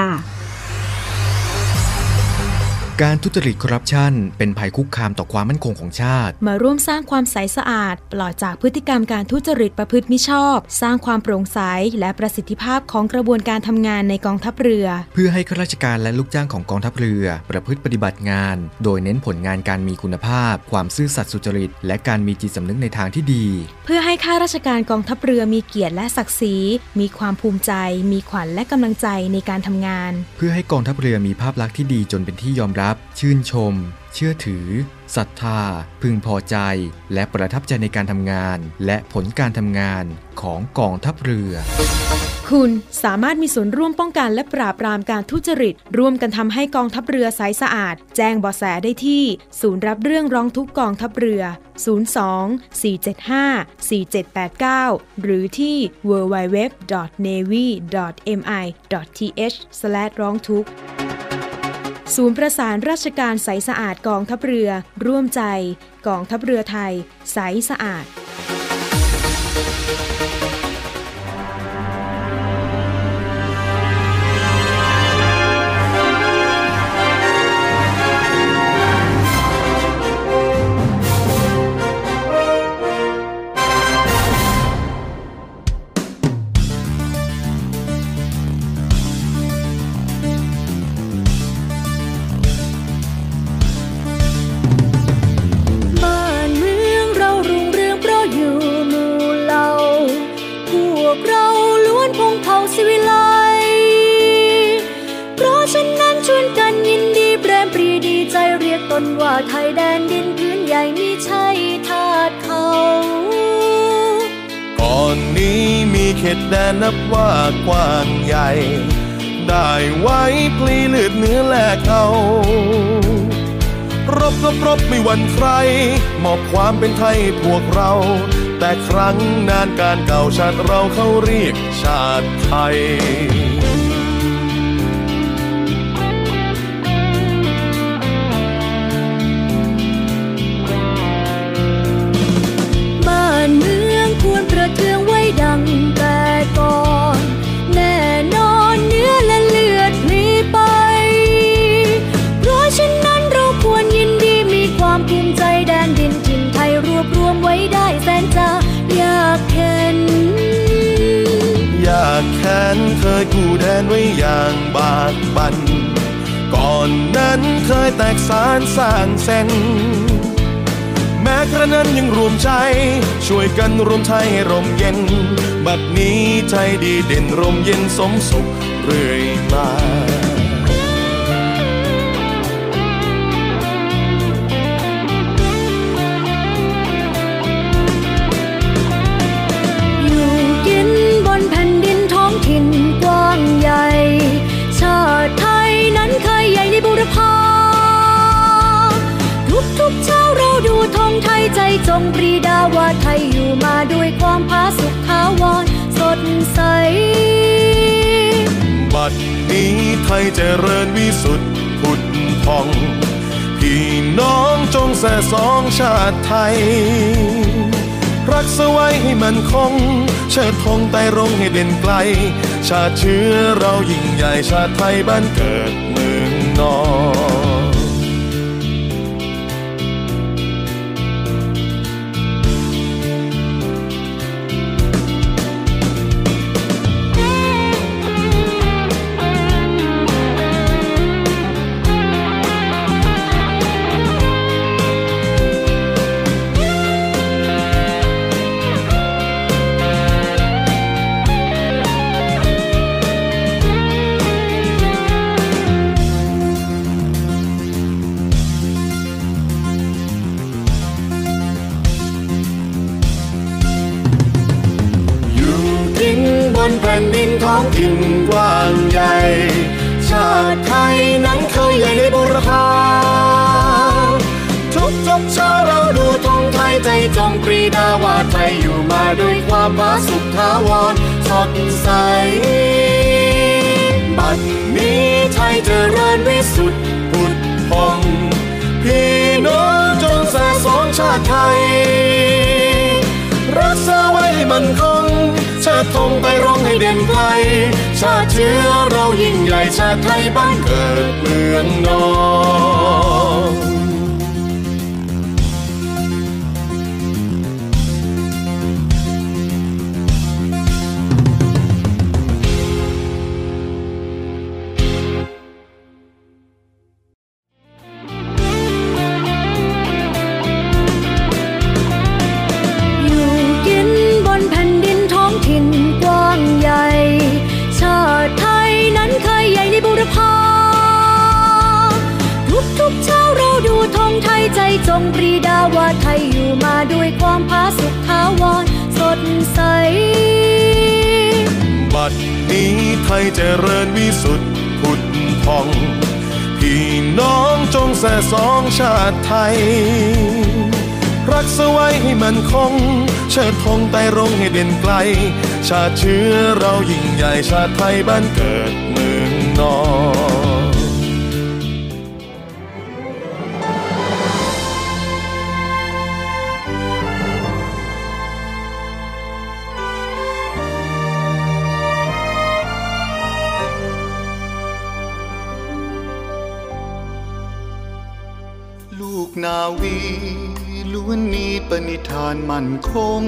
การทุจริตคอร์รัปชันเป็นภัยคุกคามต่อความมั่นคงของชาติมาร่วมสร้างความใสสะอาดปลอดจากพฤติกรรมการทุจริตประพฤติมิชอบสร้างความโปร่งใสและประสิทธิภาพของกระบวนการทำงานในกองทัพเรือเพื่อให้ข้าราชการและลูกจ้างของกองทัพเรือประพฤติปฏิบัติงานโดยเน้นผลงานการมีคุณภาพความซื่อสัตย์สุจริตและการมีจิตสำนึกในทางที่ดีเพื่อให้ข้าราชการกองทัพเรือมีเกียรติและศักดิ์ศรีมีความภูมิใจมีขวัญและกำลังใจในการทำงานเพื่อให้กองทัพเรือมีภาพลักษณ์ที่ดีจนเป็นที่ยอมรับชื่นชมเชื่อถือศรัทธาพึงพอใจและประทับใจในการทำงานและผลการทำงานของกองทัพเรือคุณสามารถมีส่วนร่วมป้องกันและปราบปรามการทุจริตร่วมกันทำให้กองทัพเรือใสสะอาดแจ้งเบาะแสได้ที่ศูนย์รับเรื่องร้องทุกข์กองทัพเรือ02-475-4789 หรือที่ www.navy.mi.th/ร้องทุกข์ศูนย์ประสานราชการใสสะอาดกองทัพเรือร่วมใจกองทัพเรือไทยใสสะอาดบ้านเมืองเรารุ่งเรืองเพราะอยู่นว่าไทยแดนดินพื้นใหญ่มิใช่ทาสเขาก่อนนี้มีเขตแดนนับว่ากว้างใหญ่ได้ไว้ปลีเลือดเนื้อแลกเอารบไม่หวั่นใครมอบความเป็นไทยพวกเราแต่ครั้งนานการเก่าชาติเราเขาเรียกชาติไทยบ้านเมืองควรประเทืองไว้ดังแต่ก่อนแน่นอนเนื้อและเลือดพลีไปเพราะฉะนั้นเราควรยินดีมีความภูมิใจแดนดินถิ่นไทยรวบรวมไว้ได้แสนจะอยากเห็นอยากแค้นเคยกู้แดนไว้อย่างบากบั่นก่อนนั้นเคยแตกสานสร้างเส้นแม้กระนั้นยังรวมใจช่วยกันรวมไทยให้ร่มเย็นบัดนี้ใจดีเด่นร่มเย็นสมสุขเรื่อยมาอยู่กินบนแผ่นดินท้องถิ่นกว้างใหญ่ชาติไทยนั้นเคยใหญ่ในบูรพาทุกเช้าเราดูธงไทยใจจงปรีดาว่าไทยอยู่มาด้วยความผาสุกถาวรสดใสบัดนี้ไทยเจริญวิสุทธิ์ผุดผ่องพี่น้องจงแส่สองชาติไทยรักษาไว้ให้มันคงเชิดธงไต่รงให้เด่นไกลชาติเชื้อเรายิ่งใหญ่ชาติไทยบ้านเกิดเมืองนอนแผ่นดินท้องถิ่นกว้างใหญ่ชาติไทยนั้นเคยใหญ่ในบูรพาทุกเช้าเราดูธงไทยใจจงปรีดาว่าไทยอยู่มาด้วยความผาสุกถาวรสดใสบัดนี้ไทยเจริญวิสุทธิ์ผุดผ่องพี่น้องจงแส่สองชาติไทยรักษาไว้ให้มันคงเชิดธงไต่รงให้เด่นไกลชาติเชื้อเรายิ่งใหญ่ชาติไทยบ้านเกิดเมืองนอนใจจงปรีดาว่าไทยอยู่มาด้วยความผาสุกถาวรสดใสบัดนี้ไทยเจริญวิสุทธิ์ผุดผ่องพี่น้องจงแส่สองชาติไทยรักษาไว้ให้มันคงเชิดธงไต่รงให้เด่นไกลชาติเชื้อเรายิ่งใหญ่ชาติไทยบ้านเกิดเมืองนอนนาวีล้วนมีปณิธานมั่นคง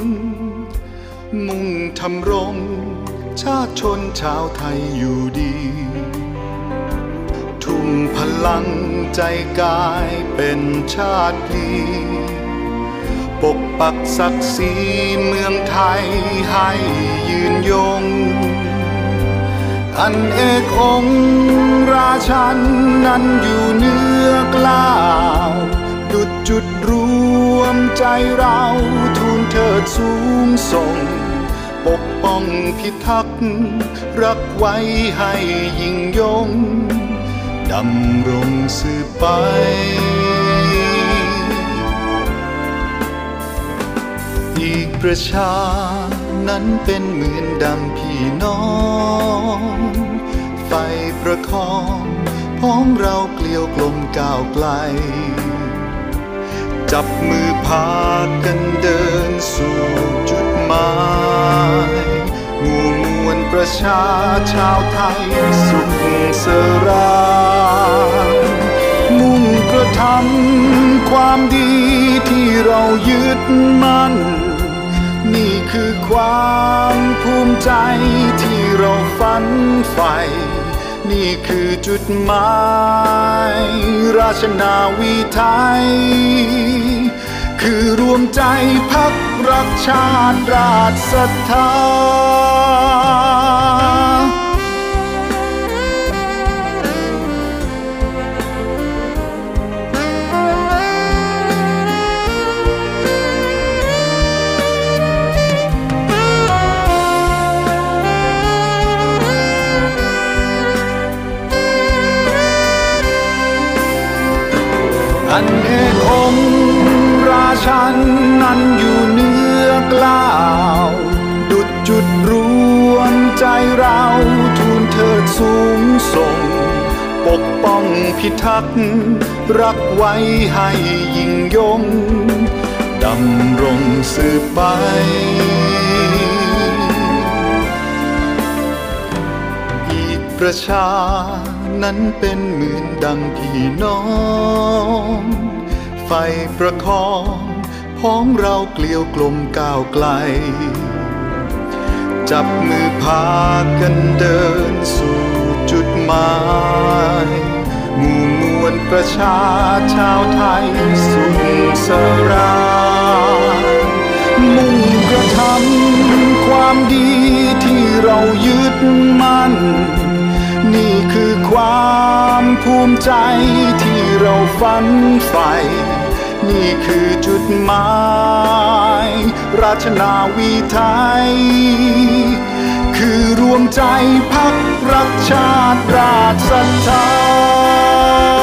มุ่งทำรงชาติชนชาวไทยอยู่ดีทุ่มพลังใจกายเป็นชาติพลีปกปักศักดิ์ศรีเมืองไทยให้ยืนยงอันเอกองค์ราชันนั้นอยู่เหนือกล้าวดุจจุดรวมใจเราทูลเถิดสูงส่งปกป้องพิทักษ์รักไว้ให้ยิ่งยงดำรงสืบไปอีกประชานั้นเป็นเหมือนดังพี่น้องไฟประคองพ้องเราเกลียวกลมก้าวไกลจับมือพากันเดินสู่จุดหมายหมู่มวลประชาชาวไทยสุขสรายมุ่งกระทำความดีที่เรายึดมั่นนี่คือความภูมิใจที่เราฝันใฝ่นี่คือจุดหมายราชนาวีไทยคือรวมใจพักรักชาติราชศรัทธาอันเอกองค์ราชันนั้นอยู่เหนือกล้าวดุจจุดรวมใจเราทูลเถิดสูงส่งปกป้องพิทักษ์รักไว้ให้ยิ่งยงดำรงสืบไปอีกประชานั้นเป็นเหมือนดังพี่น้องไฟประคองพ้องเราเกลียวกลมก้าวไกลจับมือพากันเดินสู่จุดหมายหมู่มวลประชาชาวไทยสุขสรายมุ่งกระทำความดีที่เรายึดมั่นนี่คือความภูมิใจที่เราฝันใฝ่นี่คือจุดหมายราชนาวีไทยคือรวมใจพักรักชาติราชศรัทธา